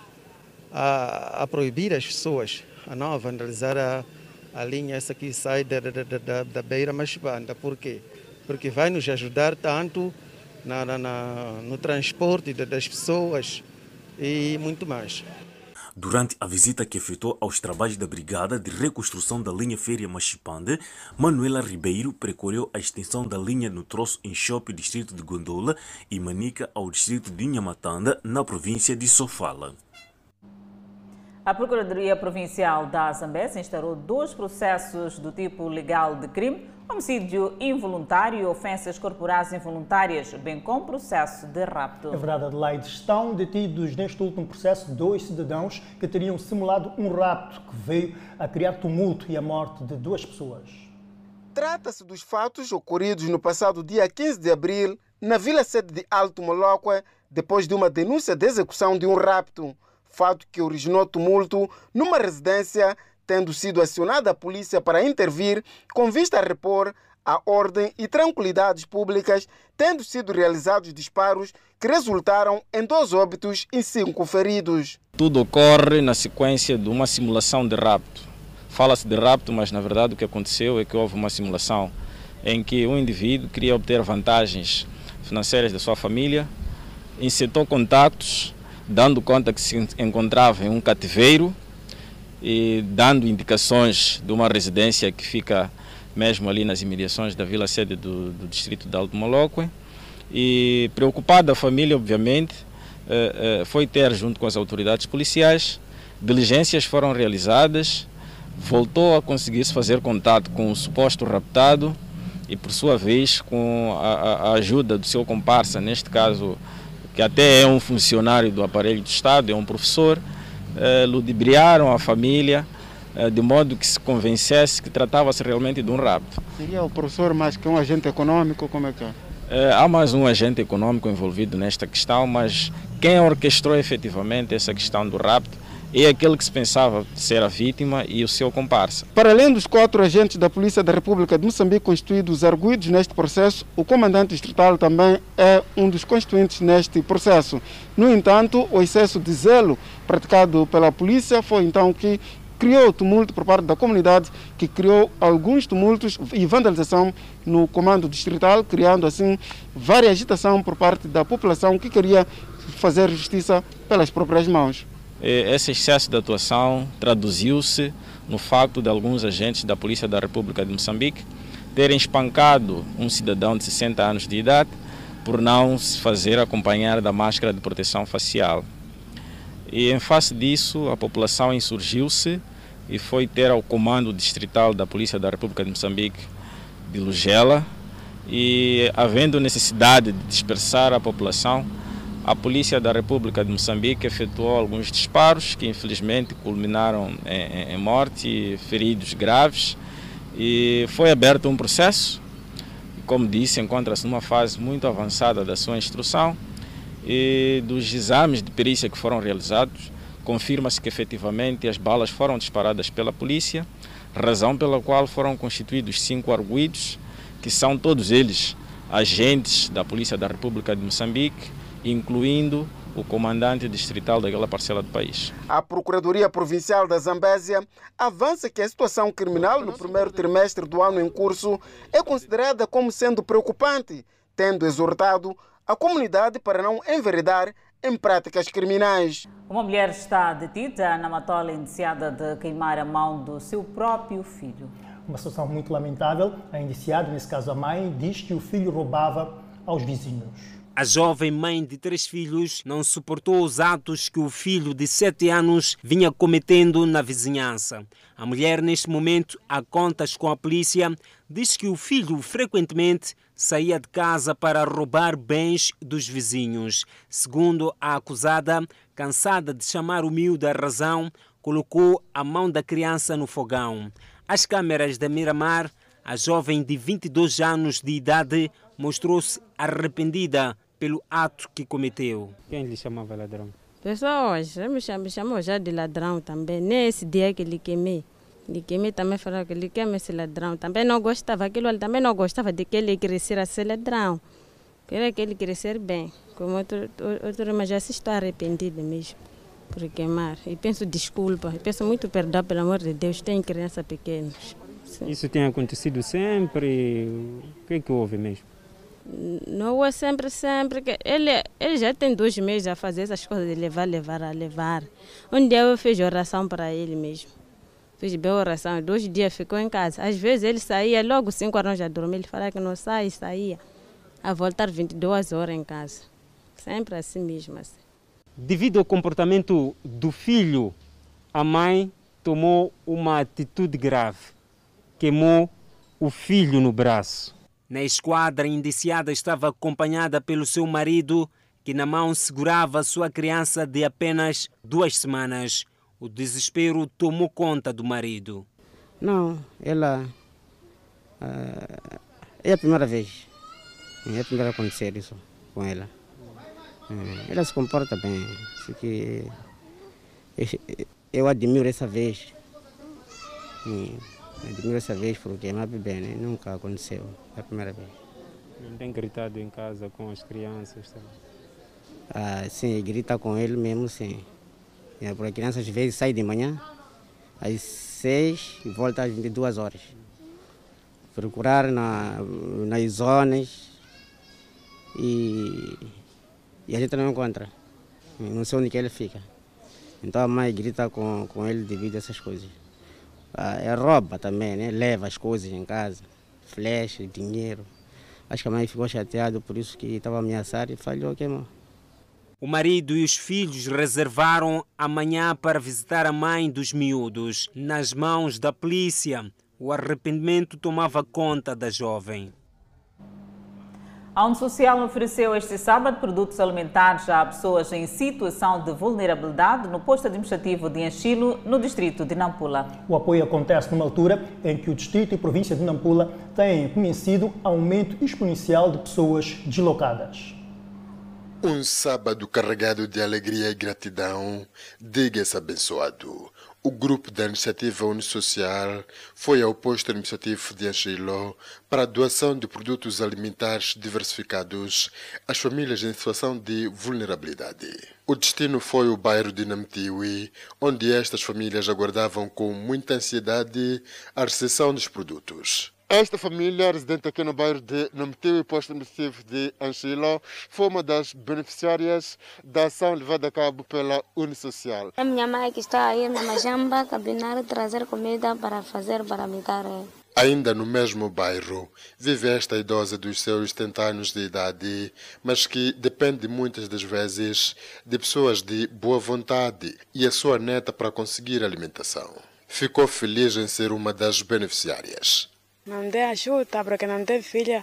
a proibir as pessoas a não vandalizar a linha essa que sai da Beira Machipanda. Por quê? Porque vai nos ajudar tanto no transporte das pessoas e muito mais. Durante a visita que efetuou aos trabalhos da Brigada de Reconstrução da linha férrea Machipanda, Manuela Ribeiro percorreu a extensão da linha no troço em Chope, distrito de Gondola, e Manica, ao distrito de Inhamatanda, na província de Sofala. A Procuradoria Provincial da Zambésia instaurou 2 processos do tipo legal de crime, homicídio involuntário e ofensas corporais involuntárias, bem como processo de rapto. É verdade, Adelaide. Estão detidos neste último processo 2 cidadãos que teriam simulado um rapto que veio a criar tumulto e a morte de 2 pessoas. Trata-se dos fatos ocorridos no passado dia 15 de abril, na vila-sede de Alto Moloque, depois de uma denúncia de execução de um rapto. Fato que originou tumulto numa residência tendo sido acionada a polícia para intervir com vista a repor a ordem e tranquilidades públicas, tendo sido realizados disparos que resultaram em 2 óbitos e 5 feridos. Tudo ocorre na sequência de uma simulação de rapto. Fala-se de rapto, mas na verdade o que aconteceu é que houve uma simulação em que um indivíduo queria obter vantagens financeiras da sua família, incitou contactos, dando conta que se encontrava em um cativeiro e dando indicações de uma residência que fica mesmo ali nas imediações da vila sede do distrito de Alto Moloque. E preocupada a família, obviamente, foi ter, junto com as autoridades policiais, diligências foram realizadas, voltou a conseguir-se fazer contato com o suposto raptado e, por sua vez, com a ajuda do seu comparsa, neste caso, que até é um funcionário do aparelho de Estado, é um professor, ludibriaram a família, de modo que se convencesse que tratava-se realmente de um rapto. Seria o professor mais que um agente econômico, como é que é? Há mais um agente econômico envolvido nesta questão, mas quem orquestrou efetivamente essa questão do rapto é aquele que se pensava ser a vítima e o seu comparsa. Para além dos 4 agentes da Polícia da República de Moçambique constituídos arguidos neste processo, o comandante distrital também é um dos constituintes neste processo. No entanto, o excesso de zelo praticado pela polícia foi então que criou tumulto por parte da comunidade, que criou alguns tumultos e vandalização no comando distrital, criando assim várias agitação por parte da população que queria fazer justiça pelas próprias mãos. Esse excesso de atuação traduziu-se no facto de alguns agentes da Polícia da República de Moçambique terem espancado um cidadão de 60 anos de idade por não se fazer acompanhar da máscara de proteção facial. E em face disso, a população insurgiu-se e foi ter ao comando distrital da Polícia da República de Moçambique de Lugela, e havendo necessidade de dispersar a população, a Polícia da República de Moçambique efetuou alguns disparos que infelizmente culminaram em morte e feridos graves, e foi aberto um processo, como disse, encontra-se numa fase muito avançada da sua instrução, e dos exames de perícia que foram realizados, confirma-se que efetivamente as balas foram disparadas pela polícia, razão pela qual foram constituídos 5 arguidos, que são todos eles agentes da Polícia da República de Moçambique, incluindo o comandante distrital daquela parcela do país. A Procuradoria Provincial da Zambésia avança que a situação criminal no primeiro trimestre do ano em curso é considerada como sendo preocupante, tendo exortado a comunidade para não enveredar em práticas criminais. Uma mulher está detida na Matola, indiciada de queimar a mão do seu próprio filho. Uma situação muito lamentável. A indiciada, nesse caso a mãe, diz que o filho roubava aos vizinhos. A jovem mãe de 3 filhos não suportou os atos que o filho de 7 anos vinha cometendo na vizinhança. A mulher, neste momento, a contas com a polícia, diz que o filho frequentemente saía de casa para roubar bens dos vizinhos. Segundo a acusada, cansada de chamar o miúdo à razão, colocou a mão da criança no fogão. Às câmeras da Miramar, a jovem de 22 anos de idade mostrou-se arrependida pelo ato que cometeu. Quem lhe chamava ladrão? Pessoas me chamou já de ladrão também. Nesse dia que lhe queimei também falou que ele queima esse ladrão. Também não gostava, ele também não gostava de que ele crescesse ser ladrão. Queria que ele crescer bem. Como outro, mas já se estou arrependida mesmo por queimar. E peço desculpa, peço muito perdão, pelo amor de Deus, tem crianças pequenas. Sim. Isso tem acontecido sempre? O que é que houve mesmo? Não é sempre. Que ele já tem 2 meses a fazer essas coisas de levar. Um dia eu fiz oração para ele mesmo. Fiz bem oração, 2 dias ficou em casa. Às vezes ele saía, logo 5 horas já dormia. Ele falava que não saía. A voltar 22 horas em casa. Sempre assim mesmo. Assim. Devido ao comportamento do filho, a mãe tomou uma atitude grave. Queimou o filho no braço. Na esquadra, a indiciada estava acompanhada pelo seu marido, que na mão segurava sua criança de apenas 2 semanas. O desespero tomou conta do marido. Não, ela... é a primeira vez. É a primeira vez acontecer isso com ela. Ela se comporta bem. Assim que eu admiro essa vez. É a primeira vez porque não bem, né? Nunca aconteceu, é a primeira vez. Não tem gritado em casa com as crianças? Sim, grita com ele mesmo, sim. Porque a criança às vezes sai de manhã, às 6 e volta às 22 horas. Procurar nas zonas e a gente não encontra. Não sei onde que ele fica. Então a mãe grita com ele devido a essas coisas. Rouba também, né? Leva as coisas em casa, flecha, dinheiro. Acho que a mãe ficou chateada por isso que estava ameaçada e falhou, queimou. O marido e os filhos reservaram amanhã para visitar a mãe dos miúdos. Nas mãos da polícia, o arrependimento tomava conta da jovem. A ONU Social ofereceu este sábado produtos alimentares a pessoas em situação de vulnerabilidade no posto administrativo de Anchilo, no distrito de Nampula. O apoio acontece numa altura em que o distrito e província de Nampula têm conhecido aumento exponencial de pessoas deslocadas. Um sábado carregado de alegria e gratidão, diga-se abençoado. O grupo da iniciativa Unisocial foi ao posto administrativo de Anchilo para a doação de produtos alimentares diversificados às famílias em situação de vulnerabilidade. O destino foi o bairro de Namtiwi, onde estas famílias aguardavam com muita ansiedade a recepção dos produtos. Esta família, residente aqui no bairro de Namtiwi, posto administrativo de Anchilo, foi uma das beneficiárias da ação levada a cabo pela Unisocial. A minha mãe que está aí na Majamba, cabinar, trazer comida para fazer, para me dar. Ainda no mesmo bairro, vive esta idosa dos seus 70 anos de idade, mas que depende muitas das vezes de pessoas de boa vontade e a sua neta para conseguir alimentação. Ficou feliz em ser uma das beneficiárias. Não dê ajuda, porque não tem filha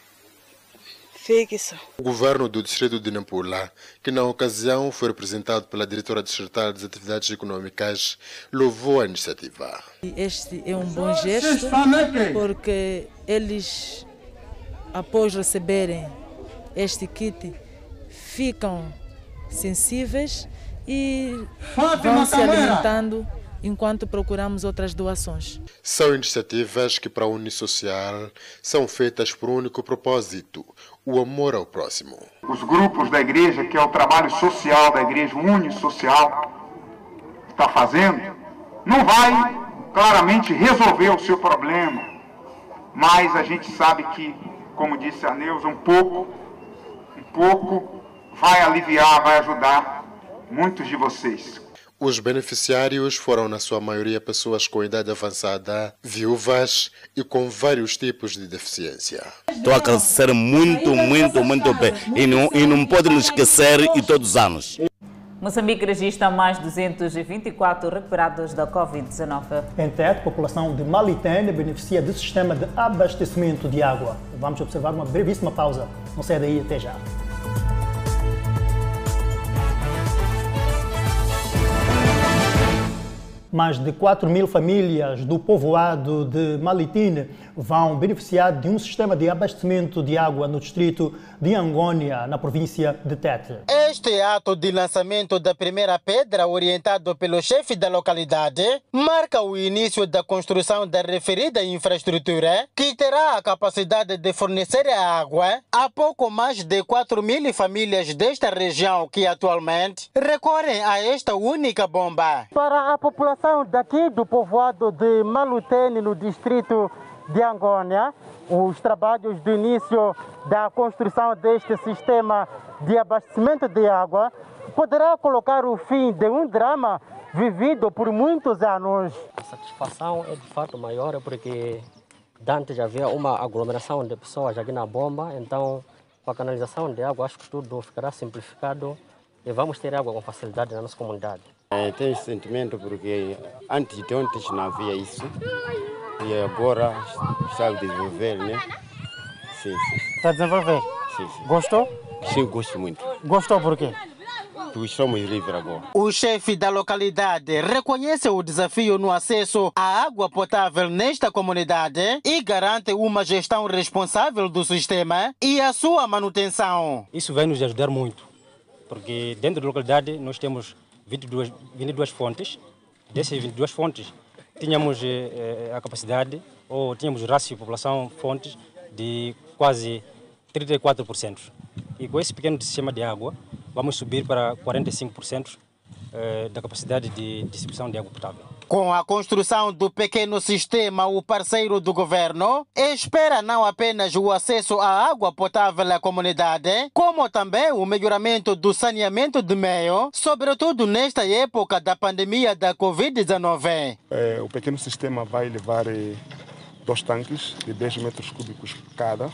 fixa. O governo do distrito de Nampula, que na ocasião foi representado pela diretora distrital das atividades econômicas, louvou a iniciativa. Este é um bom gesto, porque eles, após receberem este kit, ficam sensíveis e vão se alimentando enquanto procuramos outras doações. São iniciativas que para a Unisocial são feitas por um único propósito, o amor ao próximo. Os grupos da igreja, que é o trabalho social da igreja Unisocial, está fazendo, não vai claramente resolver o seu problema, mas a gente sabe que, como disse a Neuza, um pouco vai aliviar, vai ajudar muitos de vocês. Os beneficiários foram, na sua maioria, pessoas com idade avançada, viúvas e com vários tipos de deficiência. Estou a crescer muito bem e não pode nos esquecer e todos os anos. Moçambique registra mais 224 recuperados da Covid-19. Em Tete, a população de Malitene beneficia do sistema de abastecimento de água. Vamos observar uma brevíssima pausa. Não saia daí, até já. Mais de 4.000 famílias do povoado de Malitene vão beneficiar de um sistema de abastecimento de água no distrito de Angônia, na província de Tete. Este ato de lançamento da primeira pedra, orientado pelo chefe da localidade, marca o início da construção da referida infraestrutura, que terá a capacidade de fornecer a água a pouco mais de 4.000 famílias desta região que atualmente recorrem a esta única bomba. Para a população daqui do povoado de Malutene, no distrito de Angônia, os trabalhos do início da construção deste sistema de abastecimento de água poderá colocar o fim de um drama vivido por muitos anos. A satisfação é de fato maior porque antes havia uma aglomeração de pessoas aqui na bomba, então com a canalização de água acho que tudo ficará simplificado e vamos ter água com facilidade na nossa comunidade. Tenho esse sentimento porque antes de ontem não havia isso e agora está a desenvolver, né? Sim. Está a desenvolver? Sim. Gostou? Sim, gosto muito. Gostou por quê? Porque estamos livres agora. O chefe da localidade reconhece o desafio no acesso à água potável nesta comunidade e garante uma gestão responsável do sistema e a sua manutenção. Isso vai nos ajudar muito, porque dentro da localidade nós temos 22 fontes. Dessas 22 fontes, tínhamos a capacidade, ou tínhamos rácio de população fontes de quase 34%. E com esse pequeno sistema de água, vamos subir para 45% da capacidade de distribuição de água potável. Com a construção do pequeno sistema, o parceiro do governo espera não apenas o acesso à água potável à comunidade, como também o melhoramento do saneamento do meio, sobretudo nesta época da pandemia da Covid-19. O pequeno sistema vai levar 2 tanques de 10 metros cúbicos cada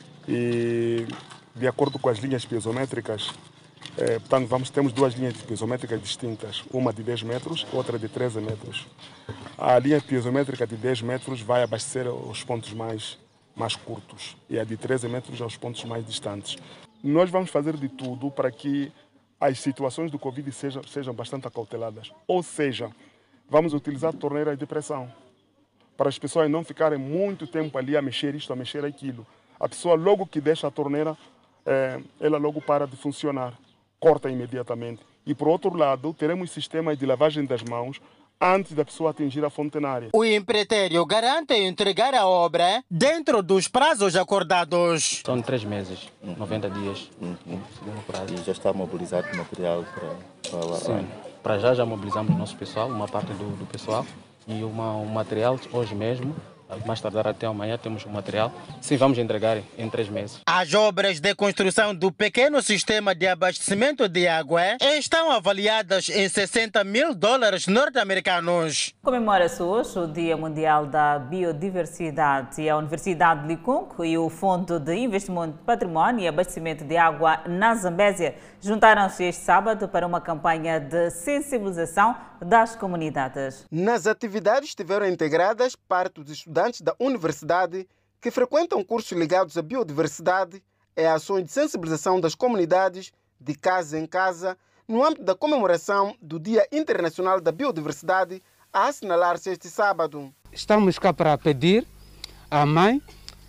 e, de acordo com as linhas piezométricas, portanto, temos 2 linhas piezométricas distintas, uma de 10 metros, outra de 13 metros. A linha piezométrica de 10 metros vai abastecer os pontos mais curtos e a de 13 metros aos pontos mais distantes. Nós vamos fazer de tudo para que as situações do Covid sejam bastante acauteladas. Ou seja, vamos utilizar torneiras de pressão para as pessoas não ficarem muito tempo ali a mexer isto, a mexer aquilo. A pessoa, logo que deixa a torneira, ela logo para de funcionar. Corta imediatamente. E, por outro lado, teremos sistemas de lavagem das mãos antes da pessoa atingir a fontenária. O empreiteiro garante entregar a obra dentro dos prazos acordados. São 3 meses, 90 dias. E já está mobilizado material para o Sim, para já mobilizamos o nosso pessoal, uma parte do pessoal, e o material hoje mesmo. Mais tardar até amanhã temos o material. Sim, vamos entregar em 3 meses. As obras de construção do pequeno sistema de abastecimento de água estão avaliadas em $60 mil norte-americanos. Comemora-se hoje o Dia Mundial da Biodiversidade. A Universidade de Licunco e o Fundo de Investimento de Património e Abastecimento de Água na Zambésia juntaram-se este sábado para uma campanha de sensibilização das comunidades. Nas atividades estiveram integradas parte dos estudantes da universidade que frequentam cursos ligados à biodiversidade e ações de sensibilização das comunidades de casa em casa no âmbito da comemoração do Dia Internacional da Biodiversidade a assinalar-se este sábado. Estamos cá para pedir à mãe,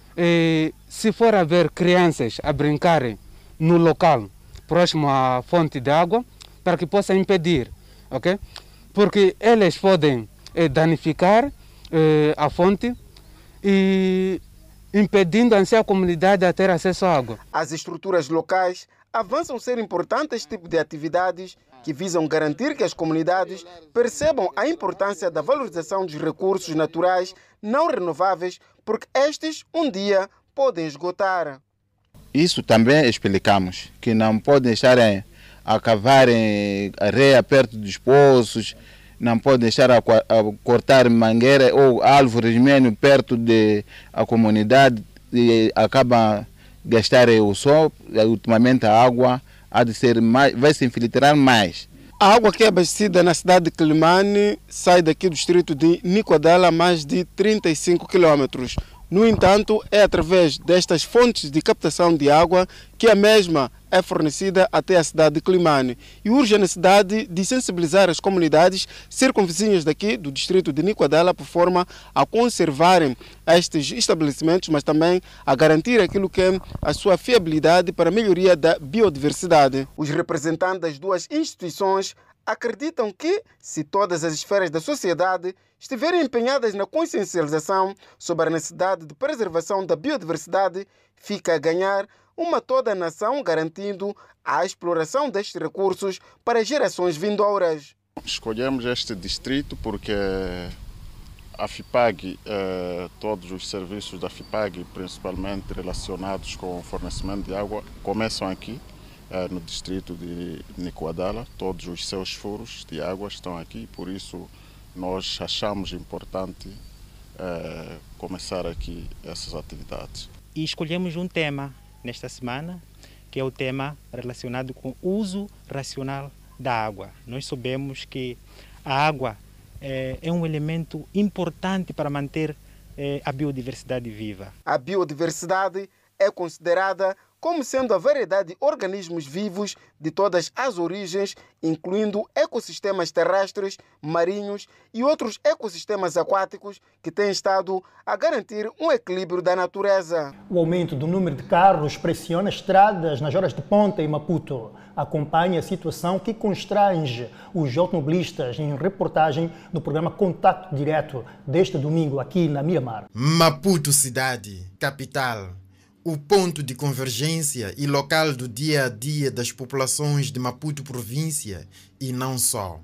se for haver crianças a brincarem no local próximo à fonte de água, para que possa impedir, ok? Porque elas podem danificar a fonte e impedindo assim a comunidade a ter acesso à água. As estruturas locais avançam ser importante este tipo de atividades que visam garantir que as comunidades percebam a importância da valorização dos recursos naturais não renováveis, porque estes um dia podem esgotar. Isso também explicamos, que não podem estar a cavar areia perto dos poços, não podem deixar a cortar mangueira ou árvores mesmo perto da comunidade e acaba gastar o sol. Ultimamente a água há de ser mais, vai se infiltrar mais. A água que é abastecida na cidade de Quilimane sai daqui do distrito de Nicoadala a mais de 35 quilômetros. No entanto, é através destas fontes de captação de água que a mesma é fornecida até a cidade de Quilimane. E urge a necessidade de sensibilizar as comunidades circunvizinhas daqui do distrito de Nicoadala por forma a conservarem estes estabelecimentos, mas também a garantir aquilo que é a sua fiabilidade para a melhoria da biodiversidade. Os representantes das duas instituições acreditam que, se todas as esferas da sociedade estiverem empenhadas na consciencialização sobre a necessidade de preservação da biodiversidade, fica a ganhar toda a nação, garantindo a exploração destes recursos para gerações vindouras. Escolhemos este distrito porque a FIPAG, todos os serviços da FIPAG, principalmente relacionados com o fornecimento de água, começam aqui. No distrito de Nicoadala, todos os seus furos de água estão aqui, por isso nós achamos importante começar aqui essas atividades. E escolhemos um tema nesta semana, que é o tema relacionado com o uso racional da água. Nós sabemos que a água é um elemento importante para manter a biodiversidade viva. A biodiversidade é considerada como sendo a variedade de organismos vivos de todas as origens, incluindo ecossistemas terrestres, marinhos e outros ecossistemas aquáticos que têm estado a garantir um equilíbrio da natureza. O aumento do número de carros pressiona estradas nas horas de ponta em Maputo. acompanha a situação que constrange os automobilistas em reportagem no programa Contato Direto deste domingo aqui na Miramar. Maputo cidade, capital, o ponto de convergência e local do dia a dia das populações de Maputo província e não só.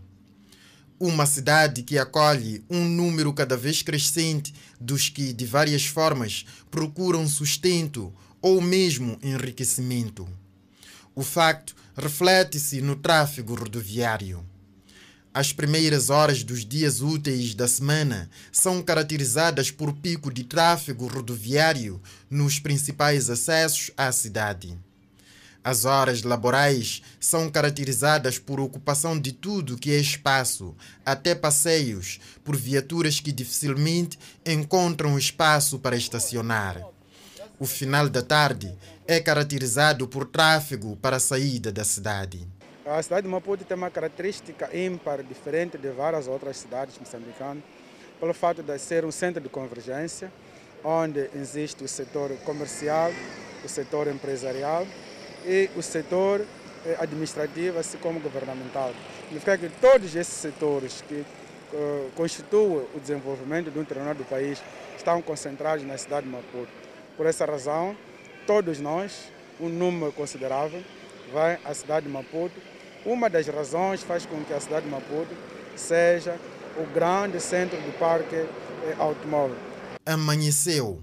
Uma cidade que acolhe um número cada vez crescente dos que, de várias formas, procuram sustento ou mesmo enriquecimento. O facto reflete-se no tráfego rodoviário. As primeiras horas dos dias úteis da semana são caracterizadas por pico de tráfego rodoviário nos principais acessos à cidade. As horas laborais são caracterizadas por ocupação de tudo que é espaço, até passeios, por viaturas que dificilmente encontram espaço para estacionar. O final da tarde é caracterizado por tráfego para a saída da cidade. A cidade de Maputo tem uma característica ímpar, diferente de várias outras cidades moçambicanas, pelo fato de ser um centro de convergência, onde existe o setor comercial, o setor empresarial e o setor administrativo, assim como governamental. Significa que todos esses setores que constituem o desenvolvimento do interior do país estão concentrados na cidade de Maputo. Por essa razão, todos nós, um número considerável, vai à cidade de Maputo. Uma das razões faz com que a cidade de Maputo seja o grande centro do parque automóvel. Amanheceu.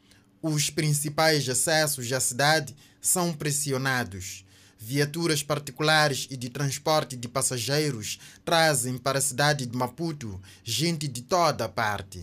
Os principais acessos à cidade são pressionados. Viaturas particulares e de transporte de passageiros trazem para a cidade de Maputo gente de toda a parte.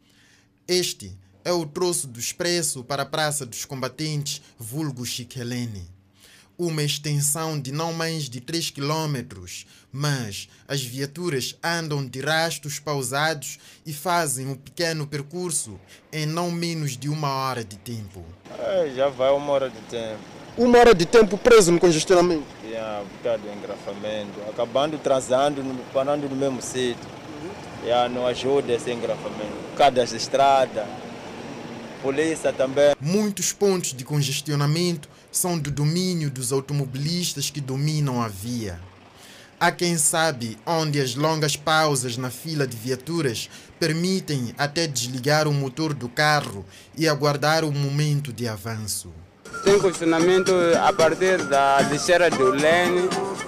Este é o troço do expresso para a Praça dos Combatentes, vulgo Chiquelene. Uma extensão de não mais de 3 km, mas as viaturas andam de rastos pausados e fazem um pequeno percurso em não menos de 1 hora de tempo. Já vai 1 hora de tempo. 1 hora de tempo preso no congestionamento? Por causa do engarrafamento, acabando transando, parando no mesmo sítio. Não ajuda esse engarrafamento. Por causa das estradas, polícia também. Muitos pontos de congestionamento são do domínio dos automobilistas que dominam a via. Há quem sabe onde as longas pausas na fila de viaturas permitem até desligar o motor do carro e aguardar o momento de avanço. Tem congestionamento a partir da lixeira do Lene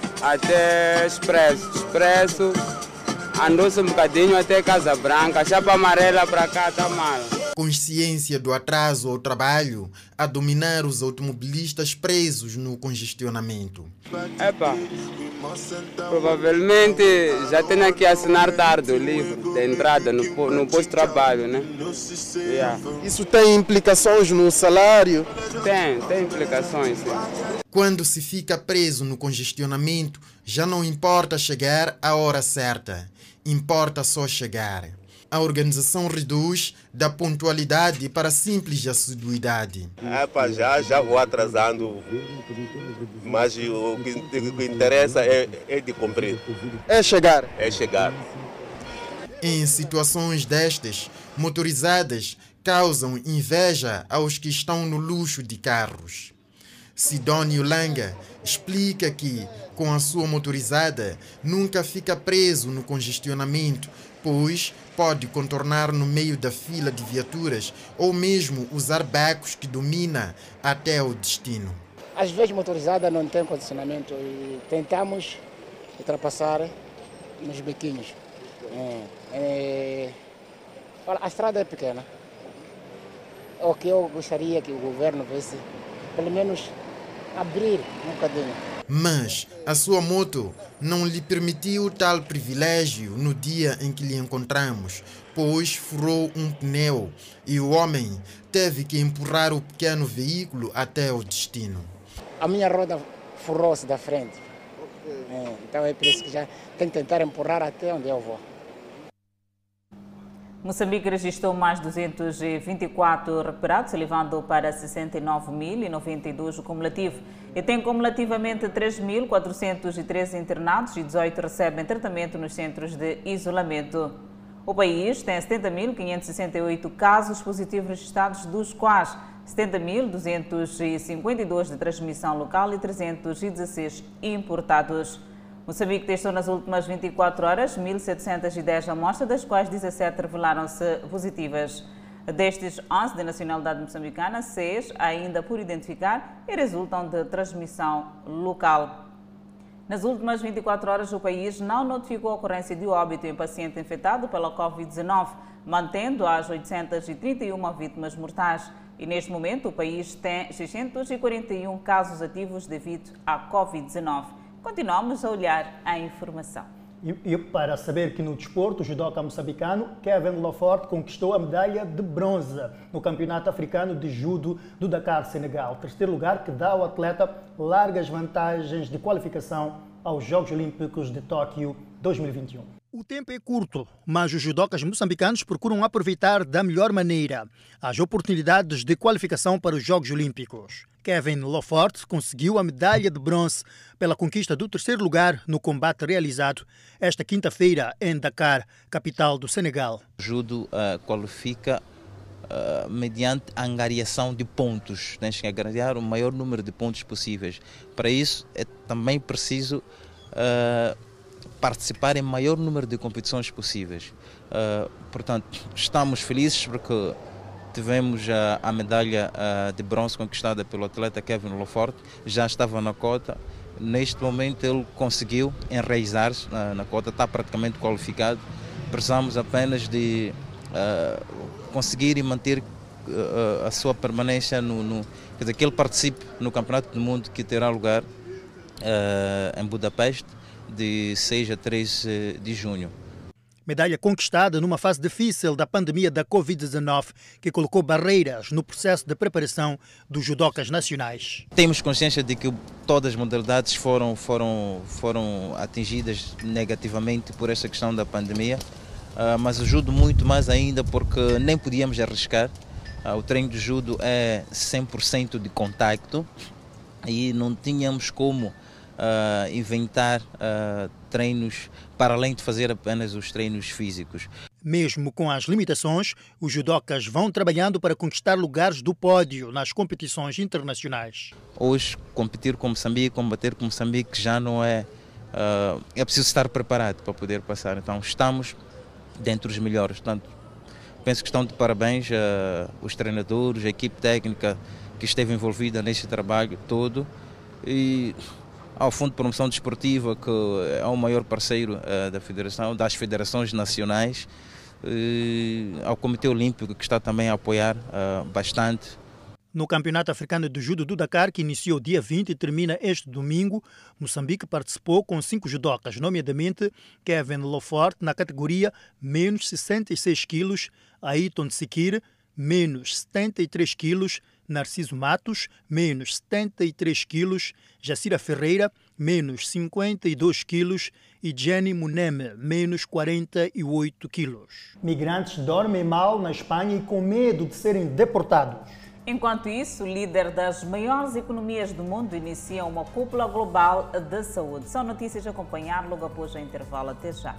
até Expresso. Andou-se um bocadinho até Casa Branca, chapa amarela para cá está mal. Consciência do atraso ao trabalho a dominar os automobilistas presos no congestionamento. Provavelmente já tenho que assinar tarde o livro de entrada no posto de trabalho, né? Isso tem implicações no salário? Tem implicações, sim. Quando se fica preso no congestionamento, já não importa chegar à hora certa, importa só chegar. A organização reduz da pontualidade para simples assiduidade. Já vou atrasando, mas o que interessa é de cumprir. É chegar. É chegar. Em situações destas, motorizadas causam inveja aos que estão no luxo de carros. Sidónio Langa explica que, com a sua motorizada, nunca fica preso no congestionamento, pois pode contornar no meio da fila de viaturas ou mesmo usar becos que domina até o destino. Às vezes motorizada não tem condicionamento e tentamos ultrapassar nos bequinhos. A estrada é pequena. O que eu gostaria que o governo visse, pelo menos abrir um bocadinho. Mas a sua moto não lhe permitiu tal privilégio no dia em que lhe encontramos, pois furou um pneu e o homem teve que empurrar o pequeno veículo até o destino. A minha roda furou-se da frente. Então é por isso que já tenho que tentar empurrar até onde eu vou. Moçambique registrou mais 224 recuperados, elevando para 69.092 o cumulativo. E tem cumulativamente 3.413 internados e 18 recebem tratamento nos centros de isolamento. O país tem 70.568 casos positivos registrados, dos quais 70.252 de transmissão local e 316 importados. Moçambique testou nas últimas 24 horas 1.710 amostras, das quais 17 revelaram-se positivas. Destes, 11 de nacionalidade moçambicana, 6 ainda por identificar e resultam de transmissão local. Nas últimas 24 horas, o país não notificou a ocorrência de óbito em paciente infectado pela Covid-19, mantendo as 831 vítimas mortais. E neste momento, o país tem 641 casos ativos devido à Covid-19. Continuamos a olhar a informação. E para saber que no desporto, o judoca moçambicano Kevin Lafort conquistou a medalha de bronze no Campeonato Africano de Judo do Dakar, Senegal. Terceiro lugar que dá ao atleta largas vantagens de qualificação aos Jogos Olímpicos de Tóquio 2021. O tempo é curto, mas os judocas moçambicanos procuram aproveitar da melhor maneira as oportunidades de qualificação para os Jogos Olímpicos. Kevin Lafort conseguiu a medalha de bronze pela conquista do terceiro lugar no combate realizado esta quinta-feira em Dakar, capital do Senegal. O judo qualifica mediante a angariação de pontos. Tens que angariar o maior número de pontos possíveis. Para isso é também preciso participar em maior número de competições possíveis. Portanto, estamos felizes porque tivemos a medalha de bronze conquistada pelo atleta Kevin Lafort, já estava na cota. Neste momento ele conseguiu enraizar-se na cota, está praticamente qualificado. Precisamos apenas de conseguir e manter a sua permanência quer dizer, que ele participe no Campeonato do Mundo que terá lugar em Budapeste de 6 a 13 de junho. Medalha conquistada numa fase difícil da pandemia da Covid-19, que colocou barreiras no processo de preparação dos judocas nacionais. Temos consciência de que todas as modalidades foram atingidas negativamente por essa questão da pandemia, mas o judo muito mais ainda porque nem podíamos arriscar. O treino de judo é 100% de contacto e não tínhamos como inventar treinos para além de fazer apenas os treinos físicos. Mesmo com as limitações, os judocas vão trabalhando para conquistar lugares do pódio nas competições internacionais. Hoje, competir com Moçambique, combater com Moçambique já não é... é preciso estar preparado para poder passar. Então, estamos dentre os melhores. Portanto, penso que estão de parabéns os treinadores, a equipe técnica que esteve envolvida nesse trabalho todo e ao Fundo de Promoção Desportiva, que é o maior parceiro da Federação, das federações nacionais, ao Comitê Olímpico, que está também a apoiar bastante. No Campeonato Africano de Judo do Dakar, que iniciou dia 20 e termina este domingo, Moçambique participou com 5 judocas, nomeadamente Kevin Lafort na categoria menos 66 quilos, Ayrton Sikir, menos 73 quilos, Narciso Matos, menos 73 quilos, Jacira Ferreira, menos 52 quilos e Jenny Muneme, menos 48 quilos. Migrantes dormem mal na Espanha e com medo de serem deportados. Enquanto isso, o líder das maiores economias do mundo inicia uma cúpula global de saúde. São notícias a acompanhar logo após o intervalo. Até já.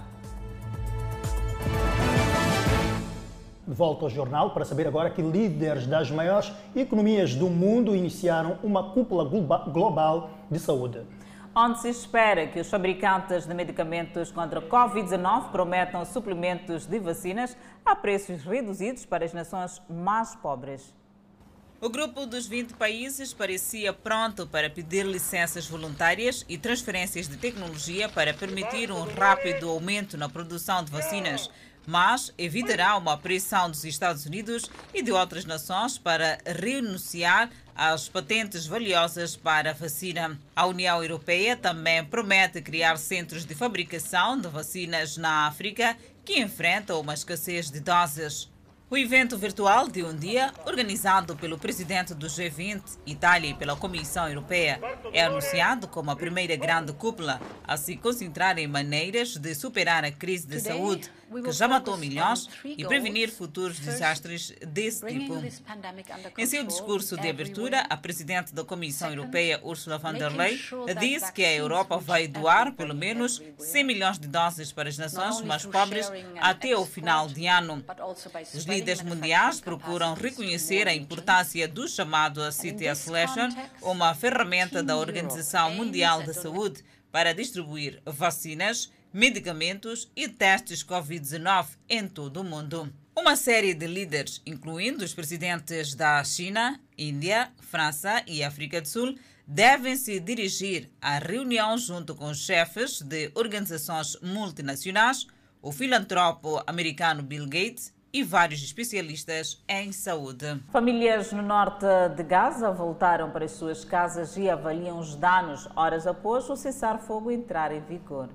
De volta ao jornal para saber agora que líderes das maiores economias do mundo iniciaram uma cúpula global de saúde, onde se espera que os fabricantes de medicamentos contra a Covid-19 prometam suplementos de vacinas a preços reduzidos para as nações mais pobres. O grupo dos 20 países parecia pronto para pedir licenças voluntárias e transferências de tecnologia para permitir um rápido aumento na produção de vacinas, mas evitará uma pressão dos Estados Unidos e de outras nações para renunciar às patentes valiosas para a vacina. A União Europeia também promete criar centros de fabricação de vacinas na África, que enfrentam uma escassez de doses. O evento virtual de um dia, organizado pelo presidente do G20, Itália, e pela Comissão Europeia, é anunciado como a primeira grande cúpula a se concentrar em maneiras de superar a crise de saúde que já matou milhões, e prevenir futuros desastres desse tipo. Em seu discurso de abertura, a presidente da Comissão Europeia, Ursula von der Leyen, disse que a Europa vai doar pelo menos 100 milhões de doses para as nações mais pobres até o final de ano. Os líderes mundiais procuram reconhecer a importância do chamado City Isolation, uma ferramenta da Organização Mundial da Saúde para distribuir vacinas, medicamentos e testes Covid-19 em todo o mundo. Uma série de líderes, incluindo os presidentes da China, Índia, França e África do Sul, devem se dirigir à reunião junto com os chefes de organizações multinacionais, o filantropo americano Bill Gates e vários especialistas em saúde. Famílias no norte de Gaza voltaram para as suas casas e avaliam os danos horas após o cessar-fogo entrar em vigor.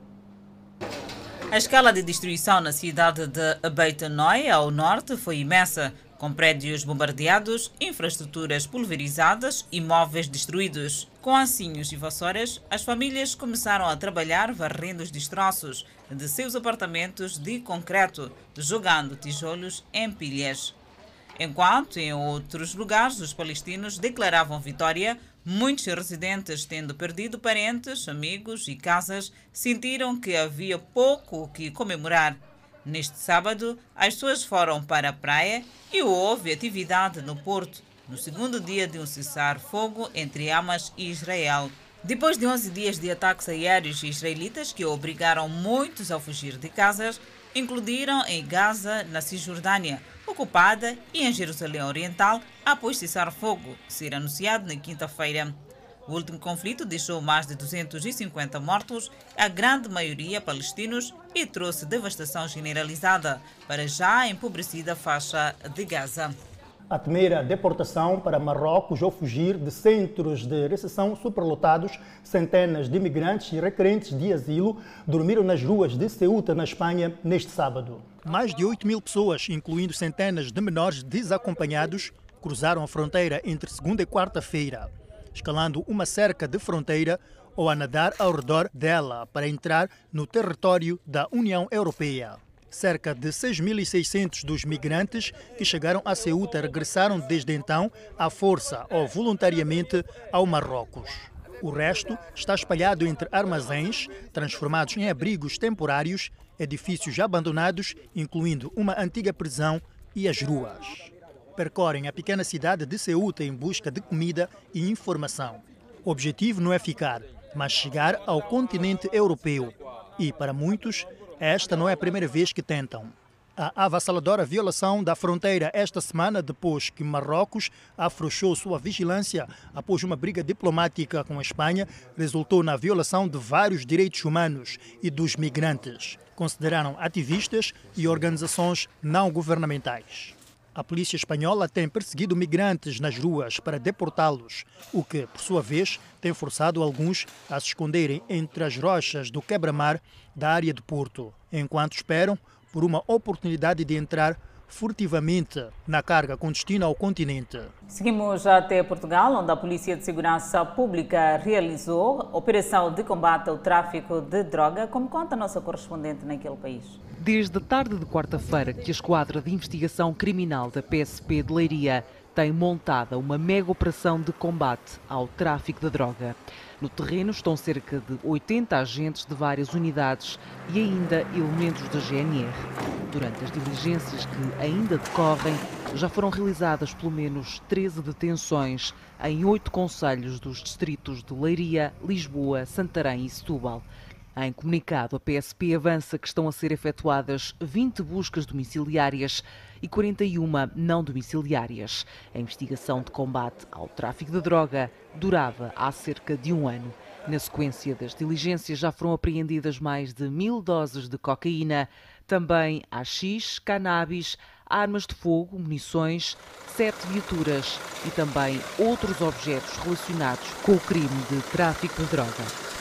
A escala de destruição na cidade de Beit Noi, ao norte, foi imensa, com prédios bombardeados, infraestruturas pulverizadas e móveis destruídos. Com ancinhos e vassouras, as famílias começaram a trabalhar varrendo os destroços de seus apartamentos de concreto, jogando tijolos em pilhas. Enquanto em outros lugares os palestinos declaravam vitória, muitos residentes, tendo perdido parentes, amigos e casas, sentiram que havia pouco o que comemorar. Neste sábado, as pessoas foram para a praia e houve atividade no porto, no segundo dia de um cessar-fogo entre Hamas e Israel. Depois de 11 dias de ataques aéreos israelitas que obrigaram muitos a fugir de casas, incluíram em Gaza, na Cisjordânia, ocupada, e em Jerusalém Oriental, após cessar-fogo ser anunciado na quinta-feira. O último conflito deixou mais de 250 mortos, a grande maioria palestinos, e trouxe devastação generalizada para já a empobrecida faixa de Gaza. A temer a deportação para Marrocos ou fugir de centros de recepção superlotados, centenas de imigrantes e requerentes de asilo dormiram nas ruas de Ceuta, na Espanha, neste sábado. Mais de 8 mil pessoas, incluindo centenas de menores desacompanhados, cruzaram a fronteira entre segunda e quarta-feira, escalando uma cerca de fronteira ou a nadar ao redor dela para entrar no território da União Europeia. Cerca de 6.600 dos migrantes que chegaram a Ceuta regressaram desde então à força ou voluntariamente ao Marrocos. O resto está espalhado entre armazéns, transformados em abrigos temporários, edifícios abandonados, incluindo uma antiga prisão, e as ruas. Percorrem a pequena cidade de Ceuta em busca de comida e informação. O objetivo não é ficar, mas chegar ao continente europeu. E, para muitos, esta não é a primeira vez que tentam. A avassaladora violação da fronteira esta semana, depois que Marrocos afrouxou sua vigilância após uma briga diplomática com a Espanha, resultou na violação de vários direitos humanos e dos migrantes, consideraram ativistas e organizações não governamentais. A polícia espanhola tem perseguido migrantes nas ruas para deportá-los, o que, por sua vez, tem forçado alguns a se esconderem entre as rochas do quebra-mar da área de Porto, enquanto esperam por uma oportunidade de entrar furtivamente na carga com destino ao continente. Seguimos até Portugal, onde a Polícia de Segurança Pública realizou operação de combate ao tráfico de droga, como conta a nossa correspondente naquele país. Desde a tarde de quarta-feira que a Esquadra de Investigação Criminal da PSP de Leiria tem montada uma mega operação de combate ao tráfico de droga. No terreno estão cerca de 80 agentes de várias unidades e ainda elementos da GNR. Durante as diligências que ainda decorrem, já foram realizadas pelo menos 13 detenções em 8 concelhos dos distritos de Leiria, Lisboa, Santarém e Setúbal. Em comunicado, a PSP avança que estão a ser efetuadas 20 buscas domiciliárias e 41 não domiciliárias. A investigação de combate ao tráfico de droga durava há cerca de um ano. Na sequência das diligências já foram apreendidas mais de 1000 doses de cocaína, também haxixe, cannabis, armas de fogo, munições, 7 viaturas e também outros objetos relacionados com o crime de tráfico de droga.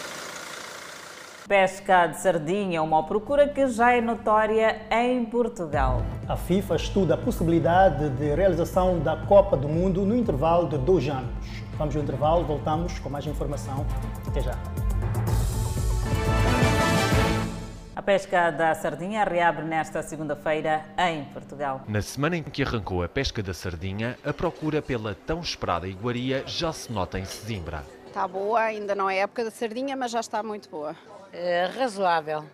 Pesca de sardinha é uma procura que já é notória em Portugal. A FIFA estuda a possibilidade de realização da Copa do Mundo no intervalo de 2 anos. Vamos ao intervalo, voltamos com mais informação. Até já. A pesca da sardinha reabre nesta segunda-feira em Portugal. Na semana em que arrancou a pesca da sardinha, a procura pela tão esperada iguaria já se nota em Sesimbra. Está boa, ainda não é época da sardinha, mas já está muito boa. É razoável.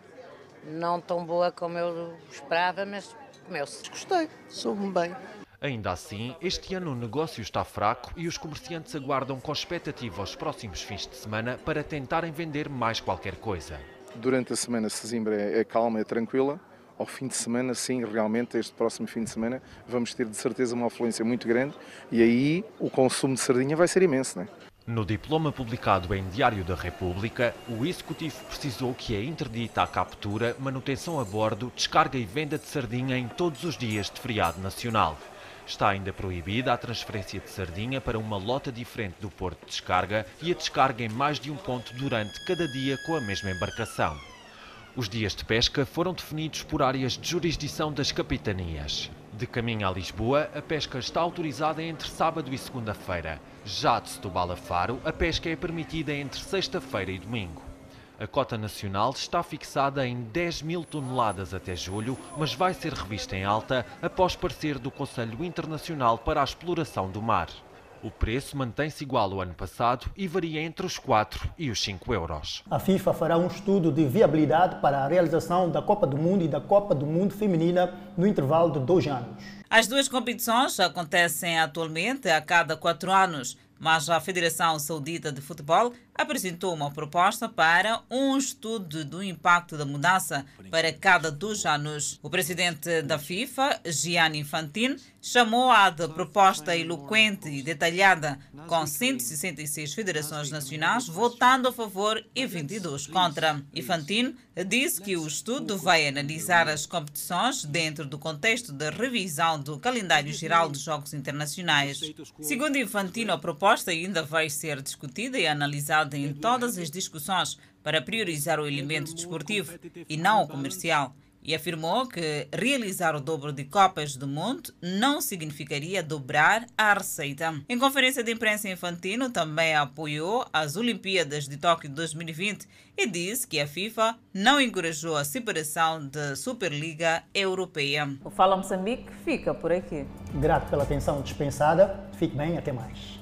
Não tão boa como eu esperava, mas comeu-se. Gostei, soube-me bem. Ainda assim, este ano o negócio está fraco e os comerciantes aguardam com expectativa os próximos fins de semana para tentarem vender mais qualquer coisa. Durante a semana, Sesimbra é calma, é tranquila. Ao fim de semana, sim, realmente, este próximo fim de semana, vamos ter de certeza uma afluência muito grande e aí o consumo de sardinha vai ser imenso, não é? No diploma publicado em Diário da República, o Executivo precisou que é interdita a captura, manutenção a bordo, descarga e venda de sardinha em todos os dias de feriado nacional. Está ainda proibida a transferência de sardinha para uma lota diferente do porto de descarga e a descarga em mais de um ponto durante cada dia com a mesma embarcação. Os dias de pesca foram definidos por áreas de jurisdição das capitanias. De caminho a Lisboa, a pesca está autorizada entre sábado e segunda-feira. Já de Setúbal a Faro, a pesca é permitida entre sexta-feira e domingo. A cota nacional está fixada em 10.000 toneladas até julho, mas vai ser revista em alta após parecer do Conselho Internacional para a Exploração do Mar. O preço mantém-se igual ao ano passado e varia entre os 4 e os 5 euros. A FIFA fará um estudo de viabilidade para a realização da Copa do Mundo e da Copa do Mundo Feminina no intervalo de 2 anos. As duas competições acontecem atualmente a cada 4 anos, mas a Federação Saudita de Futebol apresentou uma proposta para um estudo do impacto da mudança para cada 2 anos. O presidente da FIFA, Gianni Infantino, chamou-a de proposta eloquente e detalhada, com 166 federações nacionais votando a favor e 22 contra. Infantino disse que o estudo vai analisar as competições dentro do contexto da revisão do calendário geral dos Jogos Internacionais. Segundo Infantino, a proposta ainda vai ser discutida e analisada em todas as discussões para priorizar o elemento desportivo e não o comercial, e afirmou que realizar o dobro de Copas do Mundo não significaria dobrar a receita. Em conferência de imprensa, Infantino também apoiou as Olimpíadas de Tóquio 2020 e disse que a FIFA não encorajou a separação da Superliga Europeia. O Fala Moçambique fica por aqui. Grato pela atenção dispensada. Fique bem, até mais.